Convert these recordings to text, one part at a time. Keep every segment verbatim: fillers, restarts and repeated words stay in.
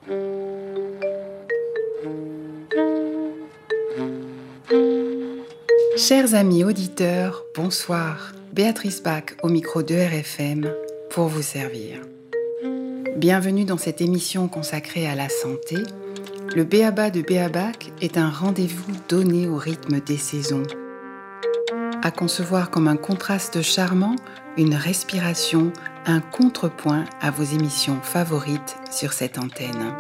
Chers amis auditeurs, bonsoir. Béatrice Bach au micro de R F M pour vous servir. Bienvenue dans cette émission consacrée à la santé. Le B.A.B.A. de Béabac est un rendez-vous donné au rythme des saisons. À concevoir comme un contraste charmant, une respiration, un contrepoint à vos émissions favorites sur cette antenne.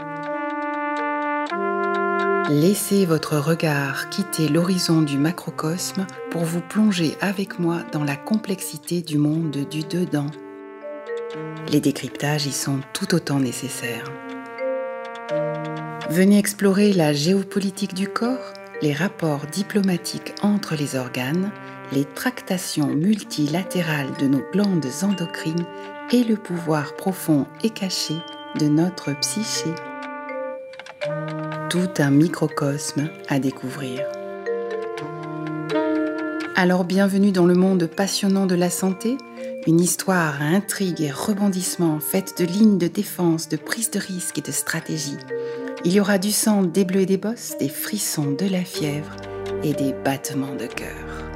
Laissez votre regard quitter l'horizon du macrocosme pour vous plonger avec moi dans la complexité du monde du dedans. Les décryptages y sont tout autant nécessaires. Venez explorer la géopolitique du corps, les rapports diplomatiques entre les organes, les tractations multilatérales de nos glandes endocrines et le pouvoir profond et caché de notre psyché. Tout un microcosme à découvrir. Alors bienvenue dans le monde passionnant de la santé, une histoire à intrigue et rebondissements faite de lignes de défense, de prise de risque et de stratégie. Il y aura du sang, des bleus et des bosses, des frissons, de la fièvre et des battements de cœur.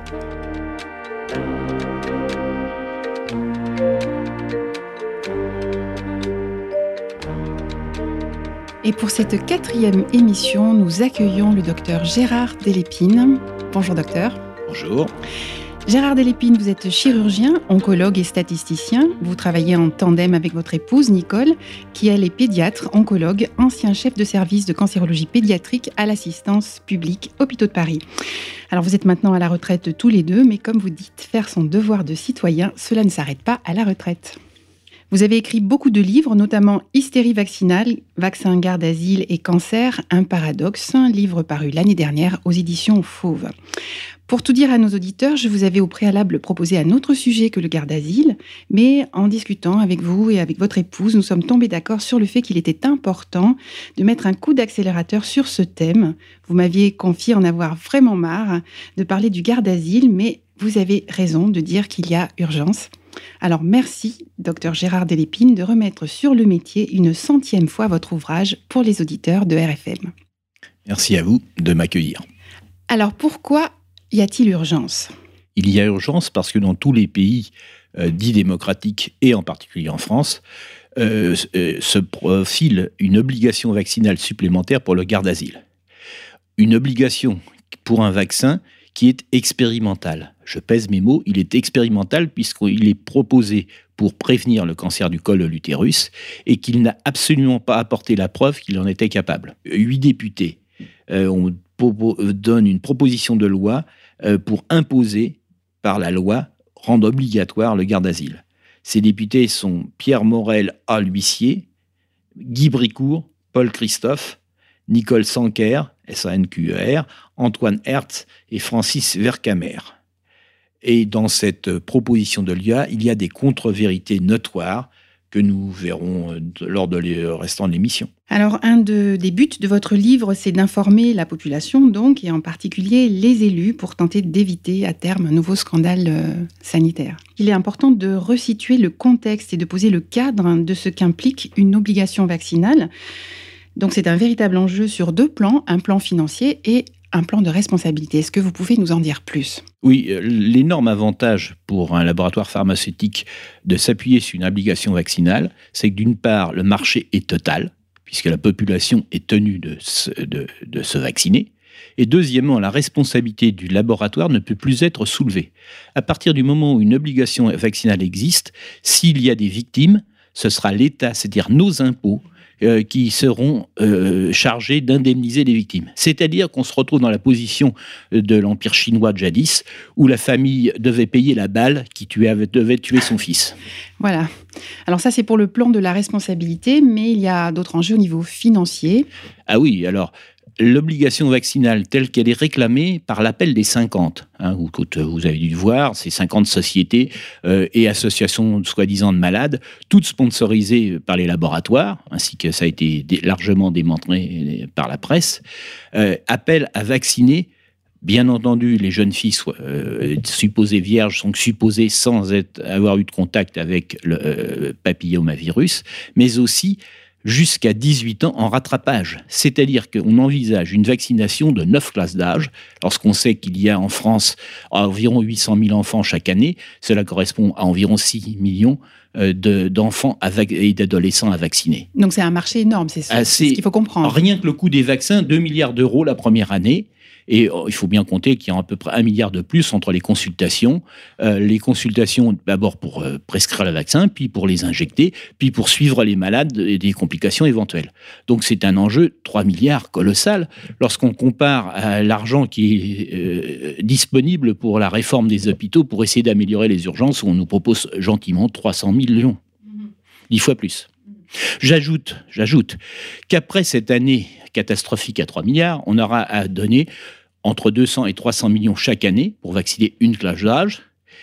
Et pour cette quatrième émission, nous accueillons le docteur Gérard Delépine. Bonjour docteur. Bonjour. Gérard Delépine, vous êtes chirurgien, oncologue et statisticien. Vous travaillez en tandem avec votre épouse Nicole, qui elle est pédiatre, oncologue, ancien chef de service de cancérologie pédiatrique à l'assistance publique Hôpitaux de Paris. Alors vous êtes maintenant à la retraite tous les deux, mais comme vous dites, faire son devoir de citoyen, cela ne s'arrête pas à la retraite. Vous avez écrit beaucoup de livres, notamment Hystérie vaccinale, Vaccin, garde asile et cancer, un paradoxe, un livre paru l'année dernière aux éditions Fauve. Pour tout dire à nos auditeurs, je vous avais au préalable proposé un autre sujet que le garde asile, mais en discutant avec vous et avec votre épouse, nous sommes tombés d'accord sur le fait qu'il était important de mettre un coup d'accélérateur sur ce thème. Vous m'aviez confié en avoir vraiment marre de parler du garde asile, mais vous avez raison de dire qu'il y a urgence. Alors merci, docteur Gérard Delépine, de remettre sur le métier une centième fois votre ouvrage pour les auditeurs de R F M. Merci à vous de m'accueillir. Alors pourquoi y a-t-il urgence ? Il y a urgence parce que dans tous les pays euh, dits démocratiques, et en particulier en France, euh, euh, se profile une obligation vaccinale supplémentaire pour le garde asile. Une obligation pour un vaccin qui est expérimental. Je pèse mes mots, il est expérimental puisqu'il est proposé pour prévenir le cancer du col de l'utérus et qu'il n'a absolument pas apporté la preuve qu'il en était capable. Huit députés euh, on po- donne une proposition de loi euh, pour imposer par la loi, rendre obligatoire le garde asile. Ces députés sont Pierre Morel à l'huissier, Guy Bricourt, Paul Christophe, Nicole Sanquer, S A N Q E R, Antoine Hertz et Francis Vercamer. Et dans cette proposition de loi, il y a des contre-vérités notoires que nous verrons lors de le restant de l'émission. Alors, un de, des buts de votre livre, c'est d'informer la population, donc, et en particulier les élus, pour tenter d'éviter à terme un nouveau scandale euh, sanitaire. Il est important de resituer le contexte et de poser le cadre de ce qu'implique une obligation vaccinale. Donc c'est un véritable enjeu sur deux plans, un plan financier et un plan de responsabilité. Est-ce que vous pouvez nous en dire plus ? Oui, l'énorme avantage pour un laboratoire pharmaceutique de s'appuyer sur une obligation vaccinale, c'est que d'une part, le marché est total, puisque la population est tenue de se, de, de se vacciner. Et deuxièmement, la responsabilité du laboratoire ne peut plus être soulevée. À partir du moment où une obligation vaccinale existe, s'il y a des victimes, ce sera l'État, c'est-à-dire nos impôts, Euh, qui seront euh, chargés d'indemniser les victimes. C'est-à-dire qu'on se retrouve dans la position de l'Empire chinois de jadis, où la famille devait payer la balle qui tuait, devait tuer son fils. Voilà. Alors ça, c'est pour le plan de la responsabilité, mais il y a d'autres enjeux au niveau financier. Ah oui, alors... L'obligation vaccinale telle qu'elle est réclamée par l'appel des cinquante, hein, où, vous avez dû le voir, ces cinquante sociétés euh, et associations soi-disant de malades, toutes sponsorisées par les laboratoires, ainsi que ça a été dé- largement démontré par la presse, euh, appellent à vacciner. Bien entendu, les jeunes filles soient, euh, supposées vierges sont supposées sans être, avoir eu de contact avec le euh, papillomavirus, mais aussi jusqu'à dix-huit ans en rattrapage. C'est-à-dire qu'on envisage une vaccination de neuf classes d'âge. Lorsqu'on sait qu'il y a en France environ huit cent mille enfants chaque année, cela correspond à environ six millions de, d'enfants et d'adolescents à vacciner. Donc c'est un marché énorme, c'est, ça, c'est ce qu'il faut comprendre. Rien que le coût des vaccins, deux milliards d'euros la première année. Et il faut bien compter qu'il y a à peu près un milliard de plus entre les consultations. Euh, les consultations, d'abord pour euh, prescrire le vaccin, puis pour les injecter, puis pour suivre les malades et des complications éventuelles. Donc c'est un enjeu, trois milliards, colossal. Lorsqu'on compare à l'argent qui est euh, disponible pour la réforme des hôpitaux, pour essayer d'améliorer les urgences, où on nous propose gentiment trois cents millions. Dix fois plus. J'ajoute, j'ajoute qu'après cette année catastrophique à trois milliards, on aura à donner entre deux cents et trois cents millions chaque année pour vacciner une classe d'âge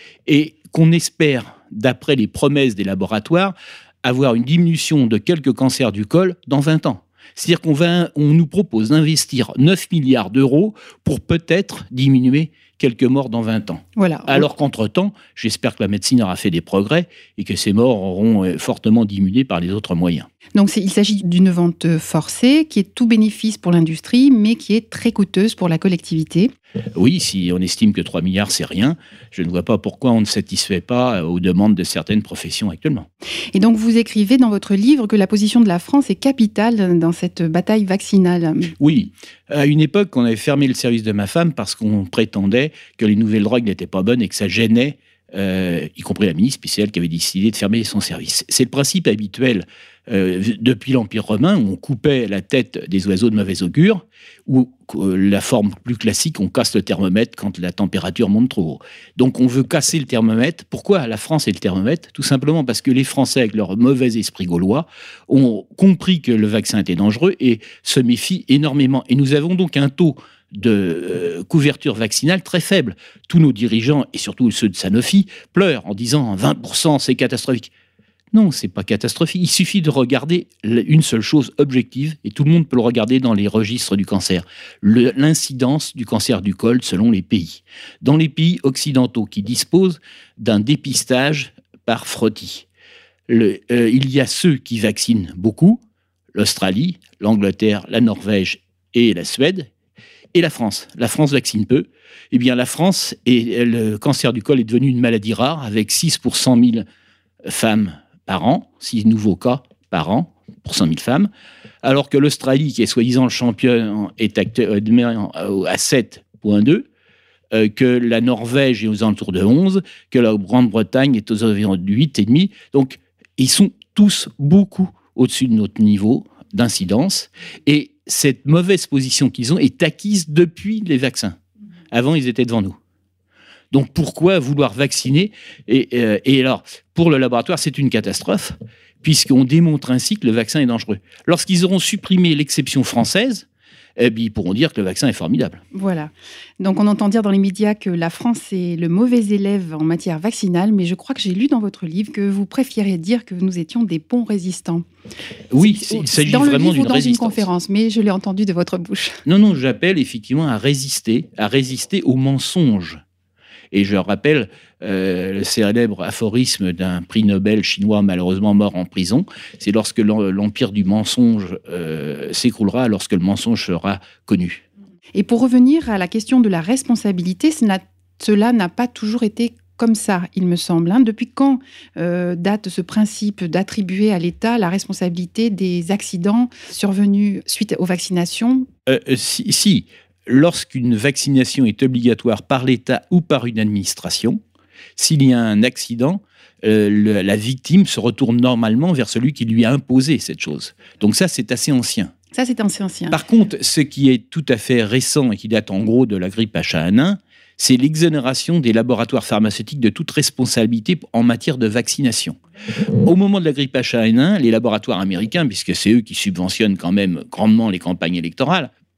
et qu'on espère, d'après les promesses des laboratoires, avoir une diminution de quelques cancers du col dans vingt ans. C'est-à-dire qu'on va, on nous propose d'investir neuf milliards d'euros pour peut-être diminuer quelques morts dans vingt ans. Voilà. Alors qu'entre-temps, j'espère que la médecine aura fait des progrès et que ces morts auront fortement diminué par les autres moyens. Donc c'est, il s'agit d'une vente forcée qui est tout bénéfice pour l'industrie, mais qui est très coûteuse pour la collectivité. Oui, si on estime que trois milliards, c'est rien, je ne vois pas pourquoi on ne satisfait pas aux demandes de certaines professions actuellement. Et donc vous écrivez dans votre livre que la position de la France est capitale dans cette bataille vaccinale. Oui, à une époque, on avait fermé le service de ma femme parce qu'on prétendait que les nouvelles drogues n'étaient pas bonnes et que ça gênait, euh, y compris la ministre, puis c'est elle qui avait décidé de fermer son service. C'est le principe habituel euh, depuis l'Empire romain, où on coupait la tête des oiseaux de mauvais augure, ou euh, la forme plus classique, on casse le thermomètre quand la température monte trop haut. Donc on veut casser le thermomètre. Pourquoi la France est le thermomètre ? Tout simplement parce que les Français, avec leur mauvais esprit gaulois, ont compris que le vaccin était dangereux et se méfient énormément. Et nous avons donc un taux de euh, couverture vaccinale très faible. Tous nos dirigeants, et surtout ceux de Sanofi, pleurent en disant « vingt pour cent, c'est catastrophique ». Non, c'est pas catastrophique. Il suffit de regarder une seule chose objective, et tout le monde peut le regarder dans les registres du cancer. Le, l'incidence du cancer du col selon les pays. Dans les pays occidentaux qui disposent d'un dépistage par frottis, le, euh, il y a ceux qui vaccinent beaucoup, l'Australie, l'Angleterre, la Norvège et la Suède, et la France. La France vaccine peu. Eh bien, la France, et le cancer du col est devenu une maladie rare, avec six pour cent mille femmes par an, six nouveaux cas par an pour cent mille femmes, alors que l'Australie, qui est soi-disant le champion, est à sept virgule deux, euh, que la Norvège est aux alentours de onze, que la Grande-Bretagne est aux environs de huit virgule cinq. Donc, ils sont tous beaucoup au-dessus de notre niveau d'incidence. Et cette mauvaise position qu'ils ont est acquise depuis les vaccins. Avant, ils étaient devant nous. Donc pourquoi vouloir vacciner ? et, euh, et alors, pour le laboratoire, c'est une catastrophe, puisqu'on démontre ainsi que le vaccin est dangereux. Lorsqu'ils auront supprimé l'exception française, eh bien, ils pourront dire que le vaccin est formidable. Voilà. Donc on entend dire dans les médias que la France est le mauvais élève en matière vaccinale, mais je crois que j'ai lu dans votre livre que vous préfériez dire que nous étions des bons résistants. Oui, c'est, il s'agit dans vraiment le livre d'une ou dans résistance. Une conférence, mais je l'ai entendu de votre bouche. Non, non, j'appelle effectivement à résister, à résister aux mensonges. Et je rappelle euh, le célèbre aphorisme d'un prix Nobel chinois malheureusement mort en prison. C'est lorsque l'empire du mensonge euh, s'écroulera, lorsque le mensonge sera connu. Et pour revenir à la question de la responsabilité, cela, cela n'a pas toujours été comme ça, il me semble. Hein. Depuis quand euh, date ce principe d'attribuer à l'État la responsabilité des accidents survenus suite aux vaccinations ? euh, Si... si. Lorsqu'une vaccination est obligatoire par l'État ou par une administration, s'il y a un accident, euh, le, la victime se retourne normalement vers celui qui lui a imposé cette chose. Donc ça, c'est assez ancien. Ça, c'est assez ancien. Par contre, ce qui est tout à fait récent et qui date en gros de la grippe H un N un, c'est l'exonération des laboratoires pharmaceutiques de toute responsabilité en matière de vaccination. Au moment de la grippe H un N un, les laboratoires américains, puisque c'est eux qui subventionnent quand même grandement les campagnes électorales,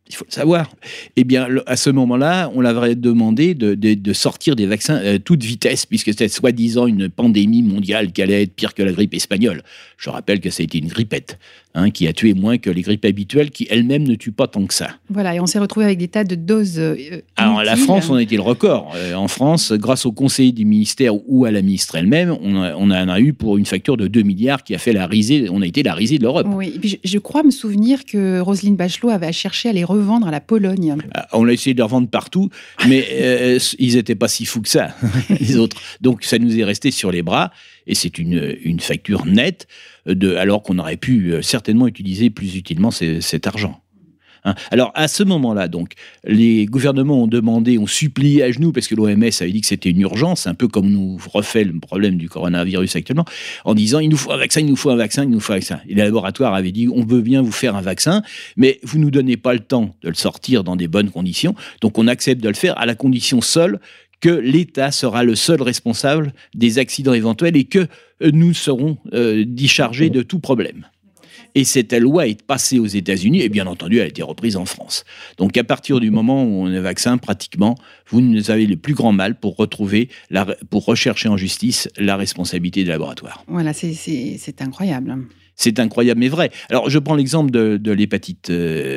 il faut le savoir. Eh bien, à ce moment-là, on leur avait demandé de, de, de sortir des vaccins à toute vitesse, puisque c'était soi-disant une pandémie mondiale qui allait être pire que la grippe espagnole. Je rappelle que ça a été une grippette, hein, qui a tué moins que les grippes habituelles, qui elles-mêmes ne tuent pas tant que ça. Voilà, et on s'est retrouvé avec des tas de doses euh, Alors, la France, on a été le record. Euh, en France, grâce au conseil du ministère ou à la ministre elle-même, on, a, on en a eu pour une facture de deux milliards qui a fait la risée, on a été la risée de l'Europe. Oui, et puis je, je crois me souvenir que Roselyne Bachelot avait cherché à les revendre à la Pologne. On a essayé de les revendre partout, mais euh, ils n'étaient pas si fous que ça, les autres. Donc ça nous est resté sur les bras, et c'est une, une facture nette, de, alors qu'on aurait pu certainement utiliser plus utilement ces, cet argent. Hein. Alors, à ce moment-là, donc, les gouvernements ont demandé, ont supplié à genoux, parce que l'O M S avait dit que c'était une urgence, un peu comme nous refait le problème du coronavirus actuellement, en disant, il nous faut un vaccin, il nous faut un vaccin, il nous faut un vaccin. Et les laboratoires avaient dit, on veut bien vous faire un vaccin, mais vous ne nous donnez pas le temps de le sortir dans des bonnes conditions, donc on accepte de le faire à la condition seule que l'État sera le seul responsable des accidents éventuels et que nous serons euh, déchargés de tout problème. Et cette loi est passée aux États-Unis et bien entendu, elle a été reprise en France. Donc à partir du moment où on est vaccin, pratiquement, vous avez le plus grand mal pour retrouver, la, pour rechercher en justice la responsabilité des laboratoires. Voilà, c'est, c'est, c'est incroyable. C'est incroyable, mais vrai. Alors, je prends l'exemple de, de l'hépatite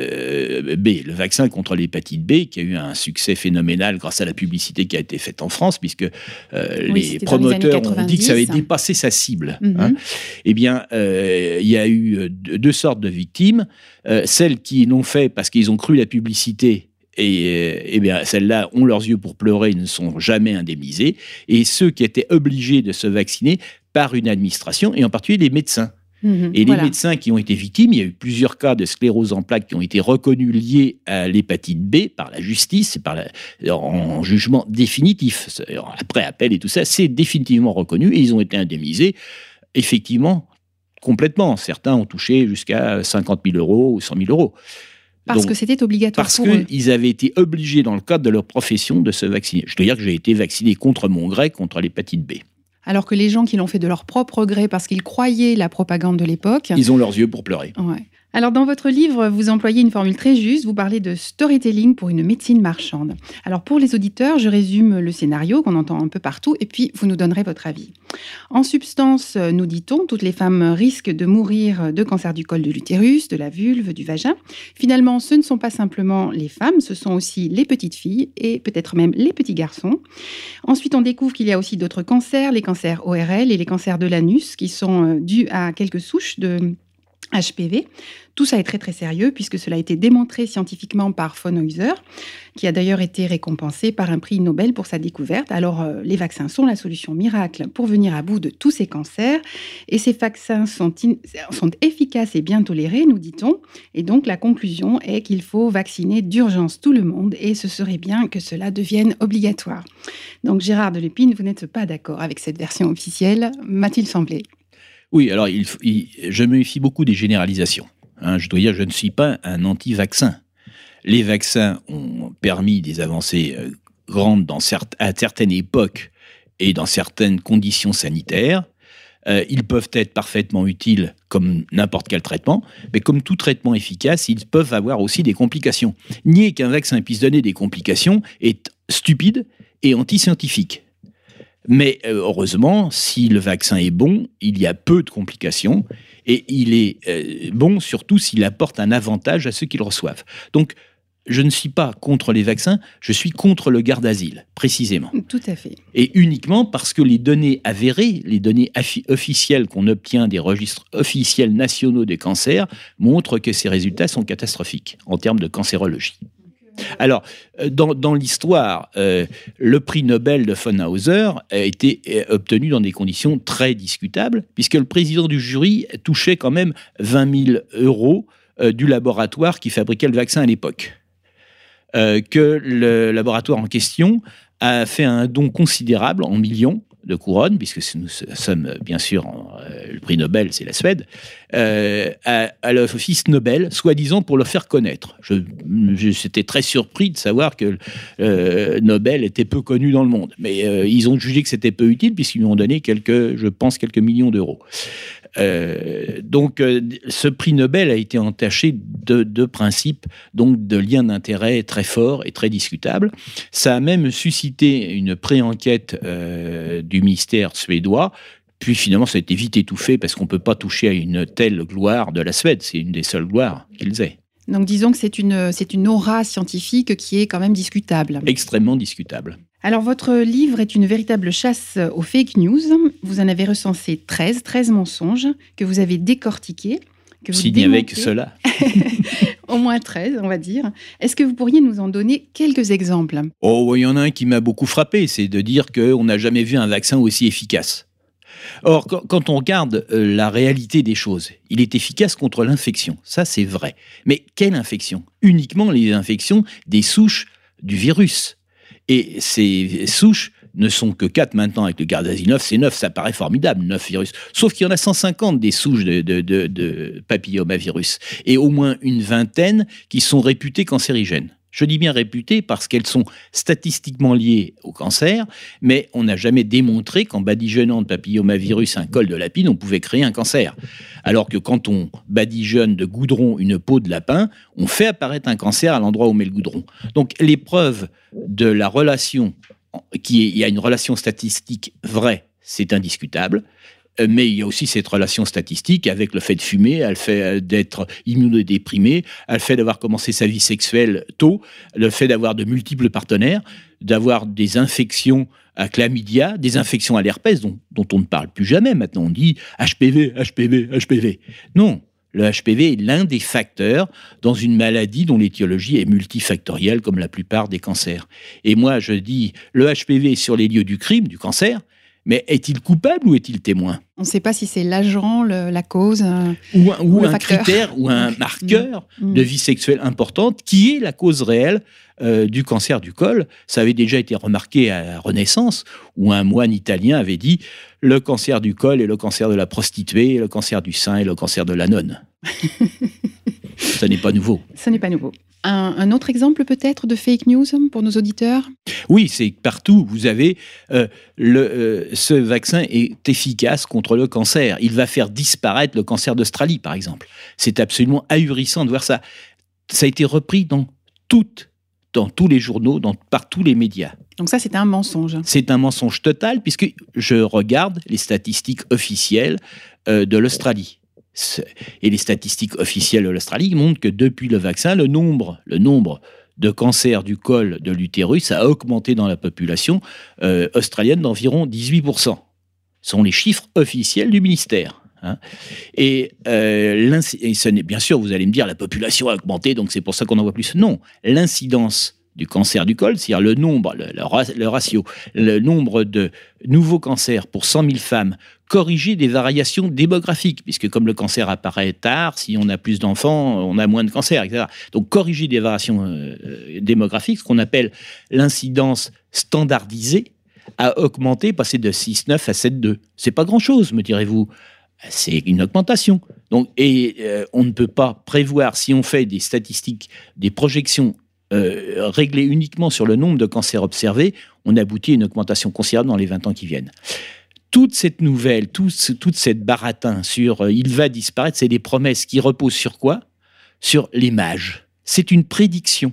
euh, B, le vaccin contre l'hépatite B, qui a eu un succès phénoménal grâce à la publicité qui a été faite en France, puisque euh, oui, les promoteurs les ont dit que ça avait dépassé sa cible. Mm-hmm. Hein. Eh bien, euh, il y a eu deux sortes de victimes. Euh, celles qui l'ont fait parce qu'ils ont cru la publicité, et eh bien, celles-là ont leurs yeux pour pleurer, ne sont jamais indemnisées. Et ceux qui étaient obligés de se vacciner par une administration, et en particulier les médecins. Mmh, et les voilà. médecins qui ont été victimes, il y a eu plusieurs cas de sclérose en plaques qui ont été reconnus liés à l'hépatite B par la justice, et par la, en jugement définitif. Après appel et tout ça, c'est définitivement reconnu et ils ont été indemnisés, effectivement, complètement. Certains ont touché jusqu'à cinquante mille euros ou cent mille euros. Parce Donc, que c'était obligatoire parce pour eux. Parce qu'ils avaient été obligés, dans le cadre de leur profession, de se vacciner. Je dois dire que j'ai été vacciné contre mon gré, contre l'hépatite B. Alors que les gens qui l'ont fait de leur propre gré parce qu'ils croyaient la propagande de l'époque... Ils ont leurs yeux pour pleurer. Ouais. Alors, dans votre livre, vous employez une formule très juste. Vous parlez de storytelling pour une médecine marchande. Alors, pour les auditeurs, je résume le scénario qu'on entend un peu partout et puis vous nous donnerez votre avis. En substance, nous dit-on, toutes les femmes risquent de mourir de cancer du col de l'utérus, de la vulve, du vagin. Finalement, ce ne sont pas simplement les femmes, ce sont aussi les petites filles et peut-être même les petits garçons. Ensuite, on découvre qu'il y a aussi d'autres cancers, les cancers O R L et les cancers de l'anus qui sont dus à quelques souches de H P V. Tout ça est très très sérieux puisque cela a été démontré scientifiquement par von Heuser, qui a d'ailleurs été récompensé par un prix Nobel pour sa découverte. Alors euh, les vaccins sont la solution miracle pour venir à bout de tous ces cancers et ces vaccins sont, in- sont efficaces et bien tolérés, nous dit-on. Et donc la conclusion est qu'il faut vacciner d'urgence tout le monde et ce serait bien que cela devienne obligatoire. Donc Gérard de Lépine, vous n'êtes pas d'accord avec cette version officielle, m'a-t-il semblé ? Oui, alors il, il, je me méfie beaucoup des généralisations. Hein, je dois dire, je ne suis pas un anti-vaccin. Les vaccins ont permis des avancées euh, grandes dans certes, à certaines époques et dans certaines conditions sanitaires. Euh, ils peuvent être parfaitement utiles comme n'importe quel traitement, mais comme tout traitement efficace, ils peuvent avoir aussi des complications. Nier qu'un vaccin puisse donner des complications est stupide et anti-scientifique. Mais euh, heureusement, si le vaccin est bon, il y a peu de complications et il est euh, bon surtout s'il apporte un avantage à ceux qui le reçoivent. Donc, je ne suis pas contre les vaccins, je suis contre le garde-asile, précisément. Tout à fait. Et uniquement parce que les données avérées, les données affi- officielles qu'on obtient des registres officiels nationaux des cancers montrent que ces résultats sont catastrophiques en termes de cancérologie. Alors, dans, dans l'histoire, euh, le prix Nobel de von Heuser a été obtenu dans des conditions très discutables, puisque le président du jury touchait quand même vingt mille euros euh, du laboratoire qui fabriquait le vaccin à l'époque. Euh, que le laboratoire en question a fait un don considérable en millions de couronnes, puisque nous sommes bien sûr, euh, le prix Nobel, c'est la Suède, euh, à, à l'office Nobel, soi-disant pour le faire connaître. Je, je, j'étais très surpris de savoir que euh, Nobel était peu connu dans le monde. Mais euh, ils ont jugé que c'était peu utile, puisqu'ils lui ont donné quelques, je pense, quelques millions d'euros. Euh, donc, euh, ce prix Nobel a été entaché de, de principes, donc de liens d'intérêt très forts et très discutables. Ça a même suscité une pré-enquête euh, du ministère suédois. Puis finalement, ça a été vite étouffé parce qu'on ne peut pas toucher à une telle gloire de la Suède. C'est une des seules gloires qu'ils aient. Donc disons que c'est une, c'est une aura scientifique qui est quand même discutable. Extrêmement discutable. Alors votre livre est une véritable chasse aux fake news. Vous en avez recensé treize, treize mensonges que vous avez décortiqués. Que vous S'il n'y avait que cela. Au moins treize, on va dire. Est-ce que vous pourriez nous en donner quelques exemples ? Oh, il y en a un qui m'a beaucoup frappé, c'est de dire qu'on n'a jamais vu un vaccin aussi efficace. Or, quand on regarde la réalité des choses, il est efficace contre l'infection. Ça, c'est vrai. Mais quelle infection ? Uniquement les infections des souches du virus. Et ces souches ne sont que quatre maintenant avec le Gardasil neuf. C'est neuf, ça paraît formidable, neuf virus. Sauf qu'il y en a cent cinquante des souches de, de, de, de papillomavirus. Et au moins une vingtaine qui sont réputées cancérigènes. Je dis bien réputées parce qu'elles sont statistiquement liées au cancer, mais on n'a jamais démontré qu'en badigeonnant de papillomavirus un col de lapine, on pouvait créer un cancer. Alors que quand on badigeonne de goudron une peau de lapin, on fait apparaître un cancer à l'endroit où on met le goudron. Donc les preuves de la relation, qu'il y a une relation statistique vraie, c'est indiscutable. Mais il y a aussi cette relation statistique avec le fait de fumer, le fait d'être immunodéprimé, le fait d'avoir commencé sa vie sexuelle tôt, le fait d'avoir de multiples partenaires, d'avoir des infections à chlamydia, des infections à l'herpès dont, dont on ne parle plus jamais. Maintenant, on dit H P V, H P V, H P V. Non, le H P V est l'un des facteurs dans une maladie dont l'étiologie est multifactorielle, comme la plupart des cancers. Et moi, je dis, le H P V est sur les lieux du crime, du cancer. Mais est-il coupable ou est-il témoin ? On ne sait pas si c'est l'agent, le, la cause, euh, ou un, ou ou un critère ou un marqueur mmh. de vie sexuelle importante qui est la cause réelle euh, du cancer du col. Ça avait déjà été remarqué à la Renaissance, où un moine italien avait dit « le cancer du col est le cancer de la prostituée, le cancer du sein est le cancer de la nonne ». Ça n'est pas nouveau. Ça n'est pas nouveau. Un, un autre exemple peut-être de fake news pour nos auditeurs ? Oui, c'est partout. Vous avez euh, le, euh, ce vaccin est efficace contre le cancer. Il va faire disparaître le cancer d'Australie, par exemple. C'est absolument ahurissant de voir ça. Ça a été repris dans toutes, dans tous les journaux, dans, par tous les médias. Donc ça, c'est un mensonge. C'est un mensonge total, puisque je regarde les statistiques officielles euh, de l'Australie. Et les statistiques officielles de l'Australie montrent que depuis le vaccin, le nombre, le nombre de cancers du col de l'utérus a augmenté dans la population euh, australienne d'environ dix-huit pour cent. Ce sont les chiffres officiels du ministère. Hein. Et, euh, et ce n'est, bien sûr, vous allez me dire, la population a augmenté, donc c'est pour ça qu'on en voit plus. Non, l'incidence du cancer du col, c'est-à-dire le nombre, le, le, le ratio, le nombre de nouveaux cancers pour cent mille femmes, corrigé des variations démographiques, puisque comme le cancer apparaît tard, si on a plus d'enfants, on a moins de cancers, et cetera. Donc corriger des variations euh, démographiques, ce qu'on appelle l'incidence standardisée, a augmenté, passé de six virgule neuf à sept virgule deux. C'est pas grand-chose, me direz-vous. C'est une augmentation. Donc, et euh, on ne peut pas prévoir, si on fait des statistiques, des projections Euh, réglé uniquement sur le nombre de cancers observés, on aboutit à une augmentation considérable dans les vingt ans qui viennent. Toute cette nouvelle, tout, toute cette baratin sur euh, « il va disparaître », c'est des promesses qui reposent sur quoi ? Sur les mages. C'est une prédiction.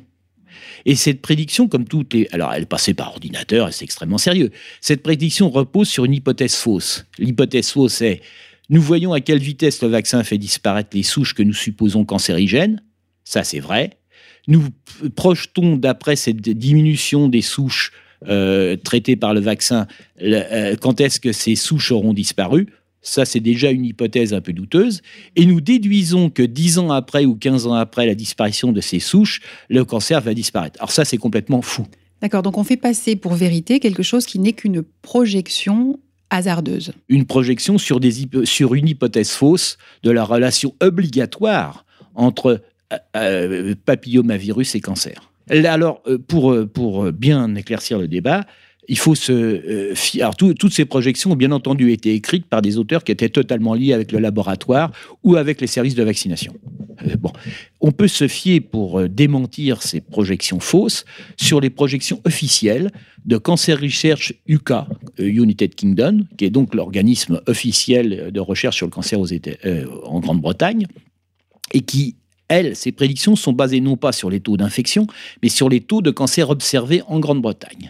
Et cette prédiction, comme toutes les... Alors, elle est passée par ordinateur, et c'est extrêmement sérieux. Cette prédiction repose sur une hypothèse fausse. L'hypothèse fausse est « nous voyons à quelle vitesse le vaccin fait disparaître les souches que nous supposons cancérigènes ». Ça, c'est vrai. Nous projetons, d'après cette diminution des souches euh, traitées par le vaccin, le, euh, quand est-ce que ces souches auront disparu ? Ça, c'est déjà une hypothèse un peu douteuse. Et nous déduisons que dix ans après ou quinze ans après la disparition de ces souches, le cancer va disparaître. Alors ça, c'est complètement fou. D'accord, donc on fait passer pour vérité quelque chose qui n'est qu'une projection hasardeuse. Une projection sur, des, sur une hypothèse fausse de la relation obligatoire entre Euh, papillomavirus et cancer. Alors, pour, pour bien éclaircir le débat, il faut se euh, fier. Alors, tout, toutes ces projections ont bien entendu été écrites par des auteurs qui étaient totalement liés avec le laboratoire ou avec les services de vaccination. Euh, bon, on peut se fier pour euh, démentir ces projections fausses sur les projections officielles de Cancer Research U K, United Kingdom, qui est donc l'organisme officiel de recherche sur le cancer aux États, euh, en Grande-Bretagne, et qui, elle, ses prédictions sont basées non pas sur les taux d'infection, mais sur les taux de cancer observés en Grande-Bretagne.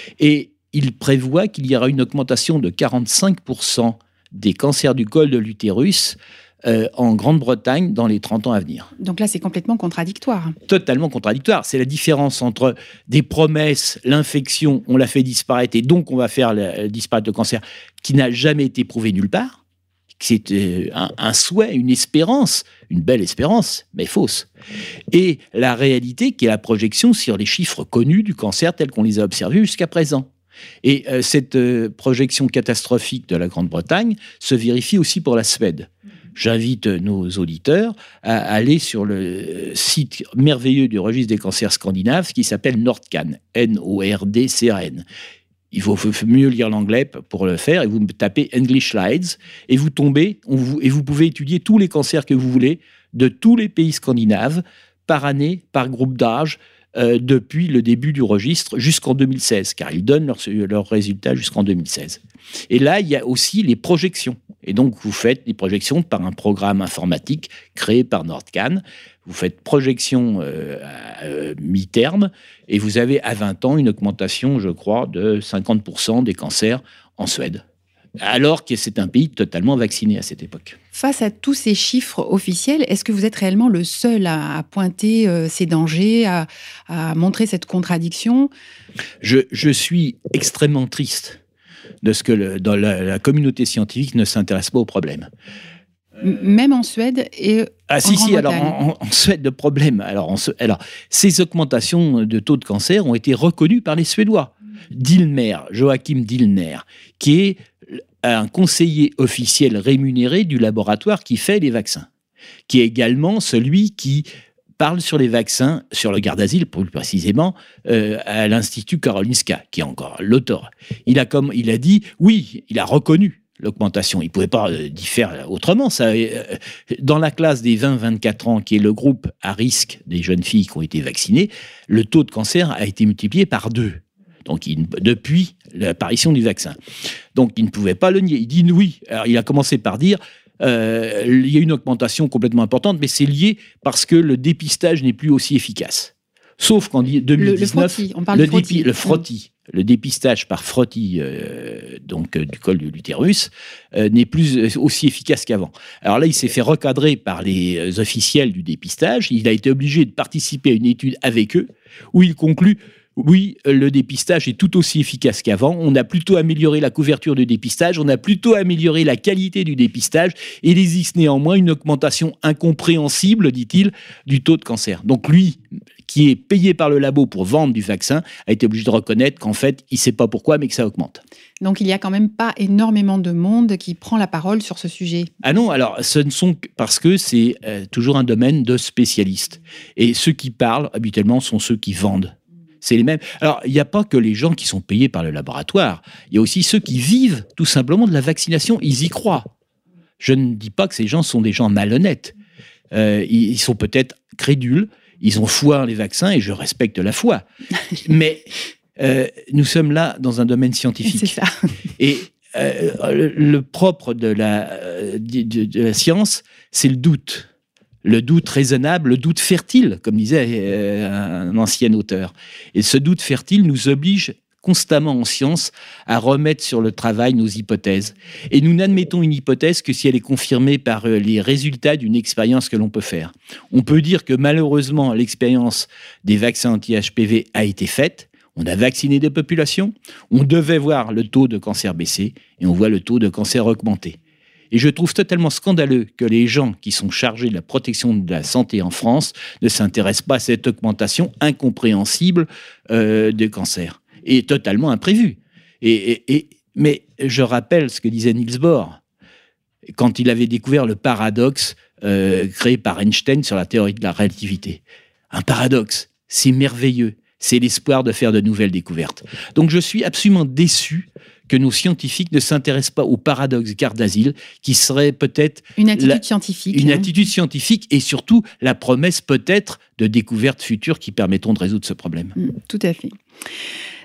Et il prévoit qu'il y aura une augmentation de quarante-cinq pour cent des cancers du col de l'utérus euh, en Grande-Bretagne dans les trente ans à venir. Donc là, c'est complètement contradictoire. Totalement contradictoire. C'est la différence entre des promesses, l'infection, on l'a fait disparaître, et donc on va faire le, disparaître le cancer, qui n'a jamais été prouvé nulle part. C'est euh, un, un souhait, une espérance, une belle espérance, mais fausse. Et la réalité, qui est la projection sur les chiffres connus du cancer tels qu'on les a observés jusqu'à présent. Et euh, cette euh, projection catastrophique de la Grande-Bretagne se vérifie aussi pour la Suède. J'invite nos auditeurs à aller sur le site merveilleux du registre des cancers scandinaves qui s'appelle Nordcan, N O R D C A N. Il faut, faut mieux lire l'anglais pour le faire, et vous tapez English Slides, et vous tombez, on vous, et vous pouvez étudier tous les cancers que vous voulez de tous les pays scandinaves, par année, par groupe d'âge, Euh, depuis le début du registre jusqu'en deux mille seize, car ils donnent leurs, leurs résultats jusqu'en deux mille seize. Et là, il y a aussi les projections. Et donc, vous faites les projections par un programme informatique créé par Nordcan. Vous faites projection euh, à euh, mi-terme, et vous avez à vingt ans une augmentation, je crois, de cinquante pour cent des cancers en Suède. Alors que c'est un pays totalement vacciné à cette époque. Face à tous ces chiffres officiels, est-ce que vous êtes réellement le seul à, à pointer euh, ces dangers, à, à montrer cette contradiction ? je, je suis extrêmement triste de ce que le, dans la, la communauté scientifique ne s'intéresse pas au problème. M- Même en Suède et Ah en si, si, alors Grande-Bretagne. en, en, en Suède, le problème. Alors, en, alors, ces augmentations de taux de cancer ont été reconnues par les Suédois. Dillner, Joachim Dillner, qui est un conseiller officiel rémunéré du laboratoire qui fait les vaccins, qui est également celui qui parle sur les vaccins, sur le Gardasil plus précisément, euh, à l'Institut Karolinska, qui est encore l'auteur. Il a, comme, il a dit, oui, il a reconnu l'augmentation. Il ne pouvait pas euh, y faire autrement. Ça, euh, dans la classe des vingt à vingt-quatre ans, qui est le groupe à risque des jeunes filles qui ont été vaccinées, le taux de cancer a été multiplié par deux. Donc, il, depuis l'apparition du vaccin. Donc, il ne pouvait pas le nier. Il dit oui. Alors, il a commencé par dire euh, il y a une augmentation complètement importante, mais c'est lié parce que le dépistage n'est plus aussi efficace. Sauf qu'en deux mille dix-neuf, le, le frottis, on parle le, de frottis. dépi, le frottis, mmh. le dépistage par frottis euh, donc, euh, du col de l'utérus euh, n'est plus aussi efficace qu'avant. Alors là, il s'est fait recadrer par les officiels du dépistage. Il a été obligé de participer à une étude avec eux où il conclut oui, le dépistage est tout aussi efficace qu'avant. On a plutôt amélioré la couverture du dépistage, on a plutôt amélioré la qualité du dépistage, et il existe néanmoins une augmentation incompréhensible, dit-il, du taux de cancer. Donc lui, qui est payé par le labo pour vendre du vaccin, a été obligé de reconnaître qu'en fait, il ne sait pas pourquoi, mais que ça augmente. Donc il n'y a quand même pas énormément de monde qui prend la parole sur ce sujet. Ah non, alors ce ne sont que parce que c'est euh, toujours un domaine de spécialistes. Et ceux qui parlent, habituellement, sont ceux qui vendent. C'est les mêmes. Alors, il n'y a pas que les gens qui sont payés par le laboratoire. Il y a aussi ceux qui vivent tout simplement de la vaccination. Ils y croient. Je ne dis pas que ces gens sont des gens malhonnêtes. Euh, ils sont peut-être crédules. Ils ont foi en les vaccins et je respecte la foi. Mais euh, nous sommes là dans un domaine scientifique. C'est ça. Et euh, le, le propre de la, euh, de, de la science, c'est le doute. Le doute raisonnable, le doute fertile, comme disait euh, un ancien auteur. Et ce doute fertile nous oblige constamment en science à remettre sur le travail nos hypothèses. Et nous n'admettons une hypothèse que si elle est confirmée par euh, les résultats d'une expérience que l'on peut faire. On peut dire que malheureusement, l'expérience des vaccins anti-H P V a été faite. On a vacciné des populations. On devait voir le taux de cancer baisser et on voit le taux de cancer augmenter. Et je trouve totalement scandaleux que les gens qui sont chargés de la protection de la santé en France ne s'intéressent pas à cette augmentation incompréhensible euh, de cancer et totalement imprévue. Et, et, et, mais je rappelle ce que disait Niels Bohr quand il avait découvert le paradoxe euh, créé par Einstein sur la théorie de la relativité. Un paradoxe, c'est merveilleux. C'est l'espoir de faire de nouvelles découvertes. Donc je suis absolument déçu que nos scientifiques ne s'intéressent pas au paradoxe Gardasil, qui serait peut-être... Une attitude la, scientifique. Une hein. attitude scientifique et surtout la promesse peut-être de découvertes futures qui permettront de résoudre ce problème. Mmh, tout à fait.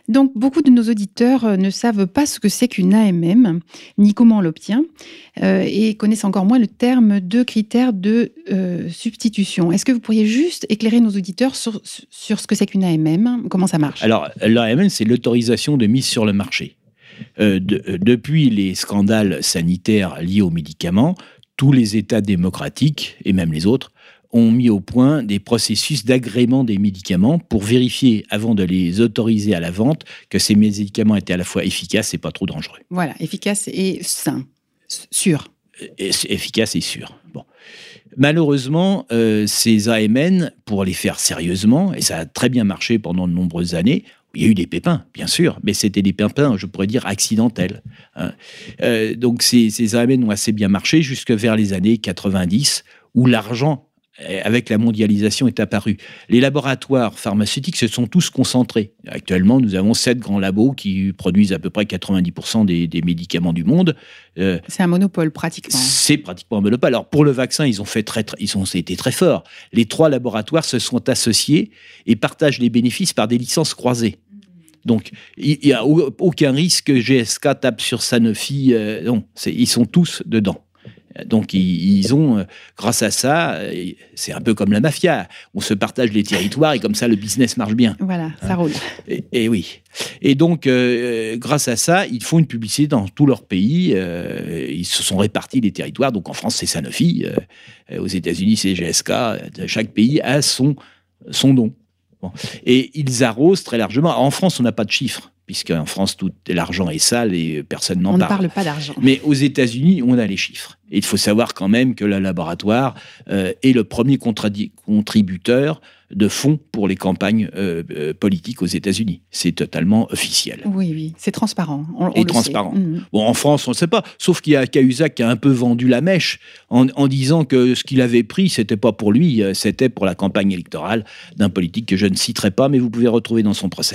Donc, beaucoup de nos auditeurs ne savent pas ce que c'est qu'une A M M, ni comment on l'obtient, euh, et connaissent encore moins le terme de critères de euh, substitution. Est-ce que vous pourriez juste éclairer nos auditeurs sur, sur ce que c'est qu'une A M M, comment ça marche? Alors, l'A M M, c'est l'autorisation de mise sur le marché. Euh, de, euh, depuis les scandales sanitaires liés aux médicaments, tous les États démocratiques, et même les autres, ont mis au point des processus d'agrément des médicaments pour vérifier, avant de les autoriser à la vente, que ces médicaments étaient à la fois efficaces et pas trop dangereux. Voilà, efficace et sain, sûr. Et, efficace et sûr. Bon. Malheureusement, euh, ces A M M, pour les faire sérieusement, et ça a très bien marché pendant de nombreuses années, il y a eu des pépins, bien sûr, mais c'était des pépins, je pourrais dire, accidentels. Hein. Euh, donc ces, ces A M M ont assez bien marché jusque vers les années quatre-vingt-dix, où l'argent, avec la mondialisation, est apparu. Les laboratoires pharmaceutiques se sont tous concentrés. Actuellement, nous avons sept grands labos qui produisent à peu près quatre-vingt-dix pour cent des, des médicaments du monde. Euh, c'est un monopole, pratiquement. C'est pratiquement un monopole. Alors, pour le vaccin, ils ont, fait très, très, ils ont été très forts. Les trois laboratoires se sont associés et partagent les bénéfices par des licences croisées. Donc, il n'y a aucun risque que G S K tape sur Sanofi. Euh, non, ils sont tous dedans. Donc, ils, ils ont, euh, grâce à ça, euh, c'est un peu comme la mafia. On se partage les territoires et comme ça, le business marche bien. Voilà, ça hein. roule. Et, et oui. Et donc, euh, grâce à ça, ils font une publicité dans tout leur pays. Euh, ils se sont répartis les territoires. Donc, en France, c'est Sanofi. Euh, aux États-Unis, c'est G S K. Chaque pays a son, son don. Bon. Et ils arrosent très largement. En France, on n'a pas de chiffres, puisqu'en France, tout l'argent est sale et personne n'en parle. On ne parle pas d'argent. Mais aux États-Unis, on a les chiffres. Et il faut savoir quand même que le laboratoire euh, est le premier contributeur de fonds pour les campagnes euh, euh, politiques aux États-Unis. C'est totalement officiel. Oui, oui, c'est transparent. On, on et le transparent. Sait. Mmh. Bon, en France, on ne sait pas. Sauf qu'il y a Cahuzac qui a un peu vendu la mèche en, en disant que ce qu'il avait pris, c'était pas pour lui, c'était pour la campagne électorale d'un politique que je ne citerai pas, mais vous pouvez retrouver dans son procès.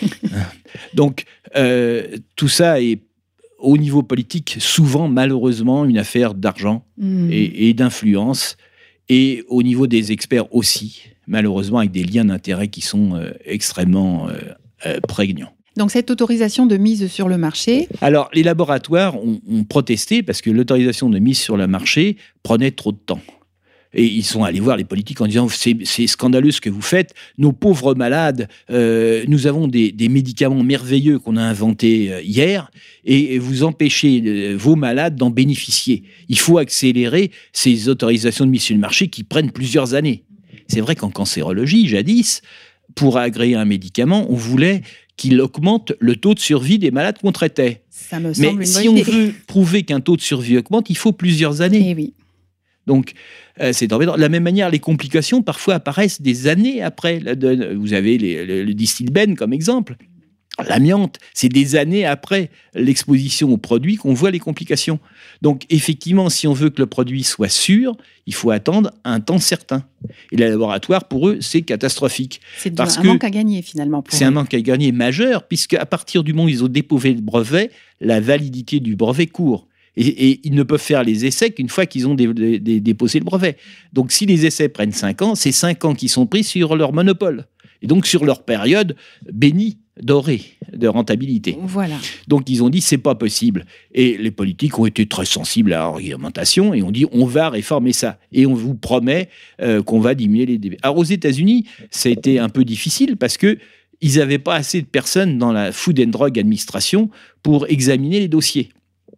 Donc, euh, tout ça est au niveau politique, souvent, malheureusement, une affaire d'argent mmh. et, et d'influence. Et au niveau des experts aussi, malheureusement, avec des liens d'intérêt qui sont euh, extrêmement euh, euh, prégnants. Donc, cette autorisation de mise sur le marché... Alors, les laboratoires ont, ont protesté parce que l'autorisation de mise sur le marché prenait trop de temps. Et ils sont allés voir les politiques en disant c'est, c'est scandaleux ce que vous faites, nos pauvres malades, euh, nous avons des, des médicaments merveilleux qu'on a inventés euh, hier et vous empêchez euh, vos malades d'en bénéficier. Il faut accélérer ces autorisations de mise sur le marché qui prennent plusieurs années. C'est vrai qu'en cancérologie, jadis, pour agréer un médicament, on voulait qu'il augmente le taux de survie des malades qu'on traitait. Ça me semble Mais une si bonne on idée. veut prouver qu'un taux de survie augmente, il faut plusieurs années. Eh oui. Donc, euh, c'est embêtant. De la même manière, les complications, parfois, apparaissent des années après. Vous avez les, le, le distilbène comme exemple. L'amiante, c'est des années après l'exposition au produit qu'on voit les complications. Donc, effectivement, si on veut que le produit soit sûr, il faut attendre un temps certain. Et les laboratoires, pour eux, c'est catastrophique. C'est parce un que manque à gagner, finalement. Pour c'est eux. un manque à gagner majeur, puisque à partir du moment où ils ont déposé le brevet, la validité du brevet court. Et, et ils ne peuvent faire les essais qu'une fois qu'ils ont dé, dé, dé, déposé le brevet. Donc, si les essais prennent cinq ans, c'est cinq ans qui sont pris sur leur monopole. Et donc, sur leur période bénie, dorée, de rentabilité. Voilà. Donc, ils ont dit, c'est pas possible. Et les politiques ont été très sensibles à la réglementation et ont dit, on va réformer ça. Et on vous promet euh, qu'on va diminuer les débits. Alors, aux États-Unis, ça a été un peu difficile parce que ils n'avaient pas assez de personnes dans la Food and Drug Administration pour examiner les dossiers.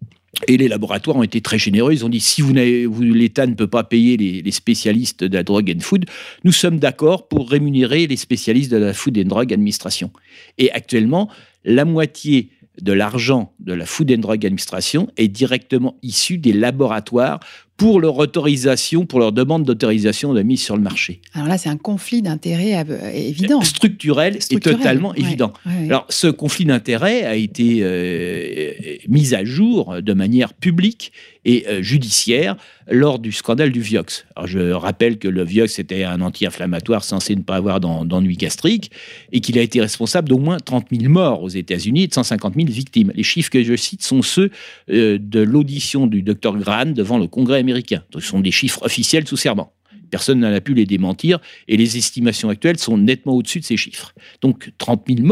Et les laboratoires ont été très généreux. Ils ont dit, si vous n'avez, vous, l'État ne peut pas payer les, les spécialistes de la drug and food, nous sommes d'accord pour rémunérer les spécialistes de la Food and Drug Administration. Et actuellement, la moitié de l'argent de la Food and Drug Administration est directement issu des laboratoires pour leur autorisation, pour leur demande d'autorisation de mise sur le marché. Alors là, c'est un conflit d'intérêts évident. Structurel, Structurel et totalement ouais, évident. Ouais, ouais. Alors, ce conflit d'intérêts a été euh, mis à jour de manière publique et euh, judiciaire lors du scandale du Vioxx. Alors, je rappelle que le Vioxx était un anti-inflammatoire censé ne pas avoir d'ennui gastrique et qu'il a été responsable d'au moins trente mille morts aux États-Unis et de cent cinquante mille victimes. Les chiffres que je cite sont ceux euh, de l'audition du docteur Graham devant le Congrès américain. Ce sont des chiffres officiels sous serment. Personne n'a pu les démentir et les estimations actuelles sont nettement au-dessus de ces chiffres. Donc trente mille morts.